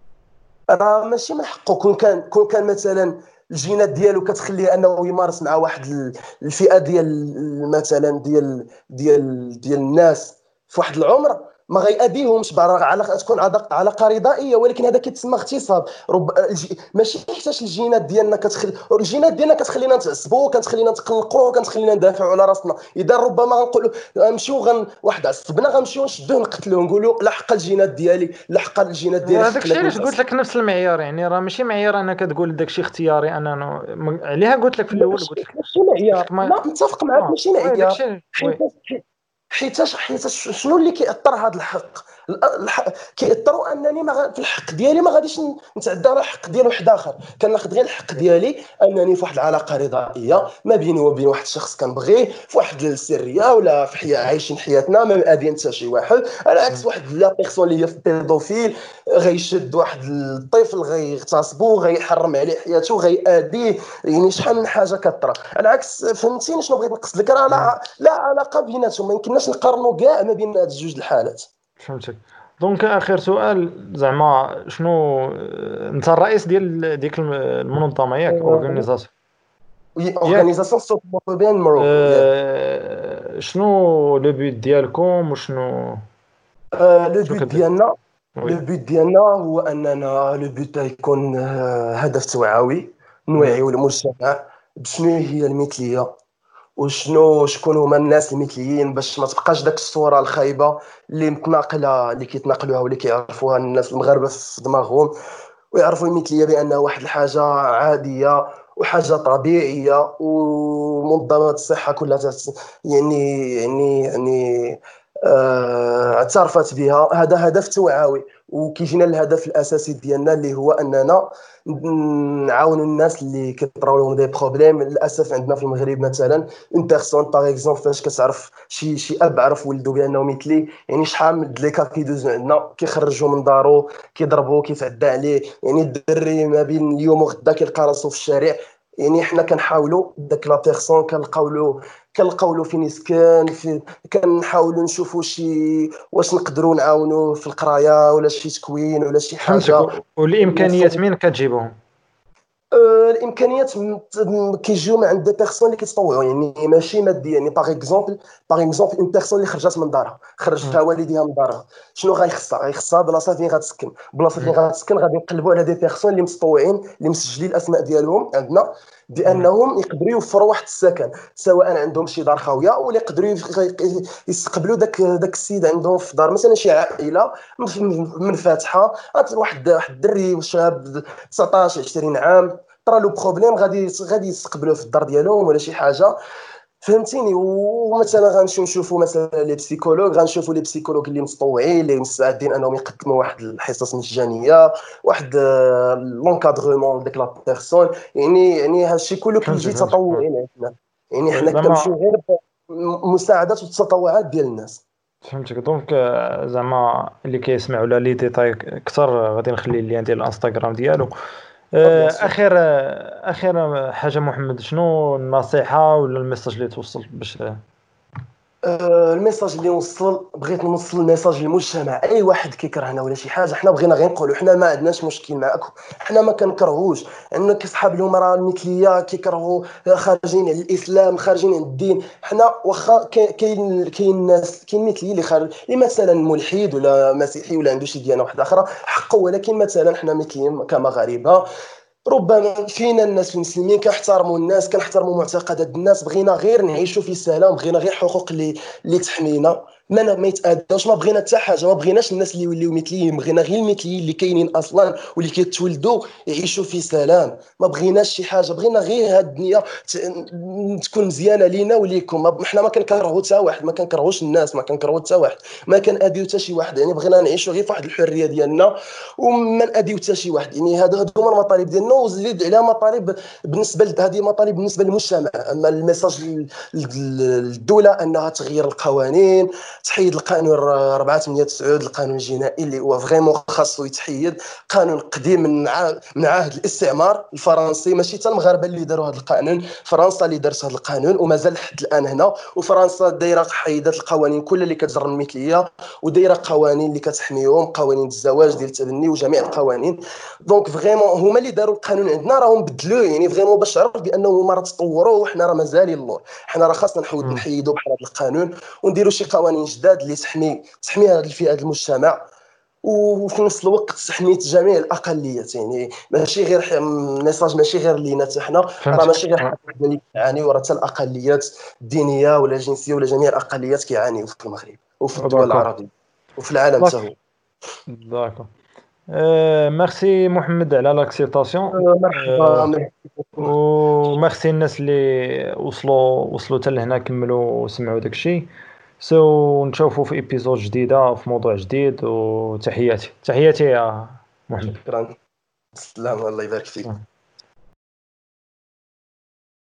راه ماشي من حقه. كون كان كون كان مثلا الجينات ديالو كتخليه انه يمارس مع واحد ال- الفئه ديال مثلا ديال ديال ديال الناس في واحد العمر، ما غيأذيهمش بعد على تكون علاقه علاقة رضائيه، ولكن هذا كيتسمى اغتصاب. رب الج... ماشي حيتاش الجينات ديالنا كتخلي الجينات ديالنا كتخلينا نتعصبوا، كتخلينا نتقلقوا، كتخلينا ندافعوا على راسنا. اذا ربما غنقولوا غنمشيو غن واحد عصبنا غنمشيو نشدوه نقتلوه نقولوا لا حق الجينات ديالي، لا حق الجينات ديالي هذاك الشيء علاش خلاتني قلت لك نفس المعيار، يعني راه ماشي معيار انك تقول داك الشيء اختياري. انا أنا- م- عليها قلت لك في الاول، قلت ماشي لك ماشي معيار. قلت لك ما لا متفق معك، اه ماشي وي داك معيار. الشيء حيت وي. حيتاش حيتاش شنو اللي كيأثر هذا الحق؟ الحق كيأثروا انني ما غ... في الحق ديالي ما غاديش ن- نتعدى على الحق ديال واحد اخر. كناخذ غير الحق ديالي انني في واحد العلاقه رضائيه ما بيني وبين واحد الشخص كنبغيه في واحد السريه، ولا في حياه عايشين حياتنا ما مأذيين حتى شي واحد. على عكس واحد لا بيرسون اللي هي في بيدوفيل غيشد واحد الطفل غيغتصبو غيحرم عليه حياته غيأذيه. يعني شحال من حاجه كطرا. على عكس فهمتيني شنو بغيت نقصد لك؟ راه مم. لا لا علاقه بيناتهم، ما يمكنناش نقارنوا كاع ما بين هاد جوج الحالات. فهمتك. دونك اخر سؤال، زعما شنو آه، انت الرئيس ديال ديك الم- المنظمه ياك، اورغانيزاسيون وي ياك؟ اورغانيزاسيون سوبروبيان موروكو ياك. أه... شنو لو بيت ديالكم وشنو آه لو شنو بوت كدير؟ ديالنا وي. لو بوت ديالنا هو اننا لو بوت يكون آه هدف توعوي، مم. نوعيو المجتمع بشنو هي المثليه، وشنو شكون هما الناس المثليين، باش ما تبقاش داك الصوره الخايبه اللي متناقله اللي كيتناقلوها واللي كيعرفوها الناس المغاربه في دماغهم، ويعرفوا المثليه بانها واحد الحاجه عاديه وحاجه طبيعيه. ومنظمات الصحه كلها تت- يعني يعني يعني آه، اعترفت بها. هذا هدف توعوي، وكيجينا الهدف الاساسي ديالنا اللي هو اننا نعاونوا الناس اللي كيطراو لهم دي بروبليم. للاسف عندنا في المغرب مثلا اون بيرسون باغ اكزومبل فاش كتعرف شي شي اب عرف ولده بانه مثلي، يعني شحال من دليكا كيدوزو عندنا كيخرجوا من دارو كيضربوه كيتعدى عليه. يعني الدري ما بين اليوم وغدا كيلقى راسو في الشارع. يعني حنا كنحاولوا داك لا بيرسون كنلقاو له كنلقاو له فين يسكن في، كنحاولوا نشوفوا شي واش نقدروا نعاونوه في القرايه ولا شي تكوين ولا شي فهمتك. حاجه. و- والامكانيات منين كتجيبهم؟ آه، الامكانيات م- م- كيجيو من عند دي بيرسون اللي كيتطوعوا، يعني ماشي ماديا. يعني باغ اكزومبل باغ اكزومبل اون بيرسون اللي خرجت من دارها مم. خرجها والديها من دارها، شنو غيخصها؟ غيخصها بلاصه فين غتسكن. بلاصه فين مم. غتسكن غادي نقلبوا على دي بيرسون اللي متطوعين اللي مسجلين الاسماء ديالهم عندنا مم. بانهم يقدروا يوفروا واحد السكن، سواء عندهم شي دار خاويه ولا يقدروا يف- يستقبلوا داك داك السيد عندهم في دار، مثلا شي عائله منفتحه واحد واحد الدري شاب تسعطاش عشرين عام طرا له بروبليم غادي غادي يستقبلوه في الدار ديالهم ولا شي حاجه. فهمتيني؟ ومثلا غنمشيو نشوفوا مثلا لي بسيكولوج، غنشوفوا لي بسيكولوج اللي متطوعين اللي مستعدين انهم يقدموا واحد الحصص مجانيه، واحد لونكادغمون ديك لا بيرسون. يعني يعني هادشي كله فهمتك كيجي فهمتك وي. تطوعي عندنا. يعني وي. حنا كنمشيو زعما غير مساعدات والتطوعات ديال الناس. فهمتك. دونك آه، زعما اللي كيسمعوا لا لي ديتاي اكثر غادي نخلي اللين ديال الانستغرام ديالو. اه بيان آه، سور. اخر آه، اخر حاجه محمد، شنو النصيحه ولا الميساج اللي توصل باش آه، الميساج اللي وصل بغيت نوصل الميساج للمجتمع. اي واحد كيكرهنا ولا شي حاجه حنا بغينا غير نقولوا حنا ما عندناش مشكل معاكم، حنا ما كنكرهوش. عندنا كيصحاب لهم راه المثليه كيكرهوا خارجين على الاسلام خارجين عن الدين. حنا واخا كاين كاين كاين الناس كاين مثلي اللي خارج اللي مثلا ملحد ولا مسيحي ولا عنده شي ديانه واحده اخرى حقه، ولكن مثلا حنا مثليين كمغاربه ربما فينا الناس المسلمين كنحترموا الناس كنحترموا معتقدات الناس، بغينا غير نعيشوا في سلام، بغينا غير حقوق اللي اللي تحمينا، ما ما يتاداوش. ما بغينا حتى حاجه، ما بغيناش الناس اللي يوليو مثليين، بغينا غير المثليين اللي كاينين اصلا واللي كيتولدوا يعيشوا في سلام. ما بغيناش شي حاجه، بغينا غير هاد الدنيا ت- تكون مزيانه لينا وليكم. ما- حنا ما كنكرهوا حتى واحد، ما كنكرهوش الناس، ما كنكرهوا حتى واحد، ما كنأذيو حتى شي واحد. يعني بغينا نعيشوا غير في واحد الحريه ديالنا وما نأذيو حتى شي واحد. يعني هادو هادو هما المطالب ديالنا، وزيد عليها مطالب بالنسبه هذه مطالب بالنسبه للمجتمع. اما الميساج للدوله انها تغير القوانين، تحيد القانون أربعة ثمانية تسعة القانون الجنائي اللي هو فريمون خاصو يتحيد، قانون قديم من ع... من عهد الاستعمار الفرنسي، ماشي حتى المغاربه اللي داروا هذا القانون، فرنسا اللي دارت هذا القانون ومازال لحد الان هنا. وفرنسا دايره حيدات القوانين كلها اللي كتجر المثليه، ودايره قوانين اللي كتحميهم، قوانين الزواج ديال التبني وجميع القوانين. دونك فريمون هما اللي داروا القانون عندنا، راهم بدلوه يعني فريمون باش تعرف بانه هما راه تطوروا وحنا راه مازالين اللور. حنا راه خاصنا نحاول مم. نحيدوا بحال هذا القانون ونديروا شي قوانين جداد اللي تحمي تحمي هذه الفئات المجتمع، وفي نفس الوقت تحمي جميع الاقليات. يعني ماشي غير ح- ميساج ماشي غير لينا حتى حنا، راه فهمت. ماشي غير آه. حنا اللي كيعانيو، راه حتى الاقليات الدينيه ولا الجنسيه ولا جميع الاقليات كيعانيو في المغرب وفي الدول داكور العربيه وفي العالم حتى هو. داكور. أه ميرسي محمد على لاكسيبتاسيون. مرحبا أه وميرسي الناس اللي وصلوا وصلوا حتى لهنا كملوا وسمعوا داكشي. سو نشوفوا في ايبيزود جديده في موضوع جديد، وتحياتي تحياتي يا محمد. شكرا، السلام، الله يبارك فيك.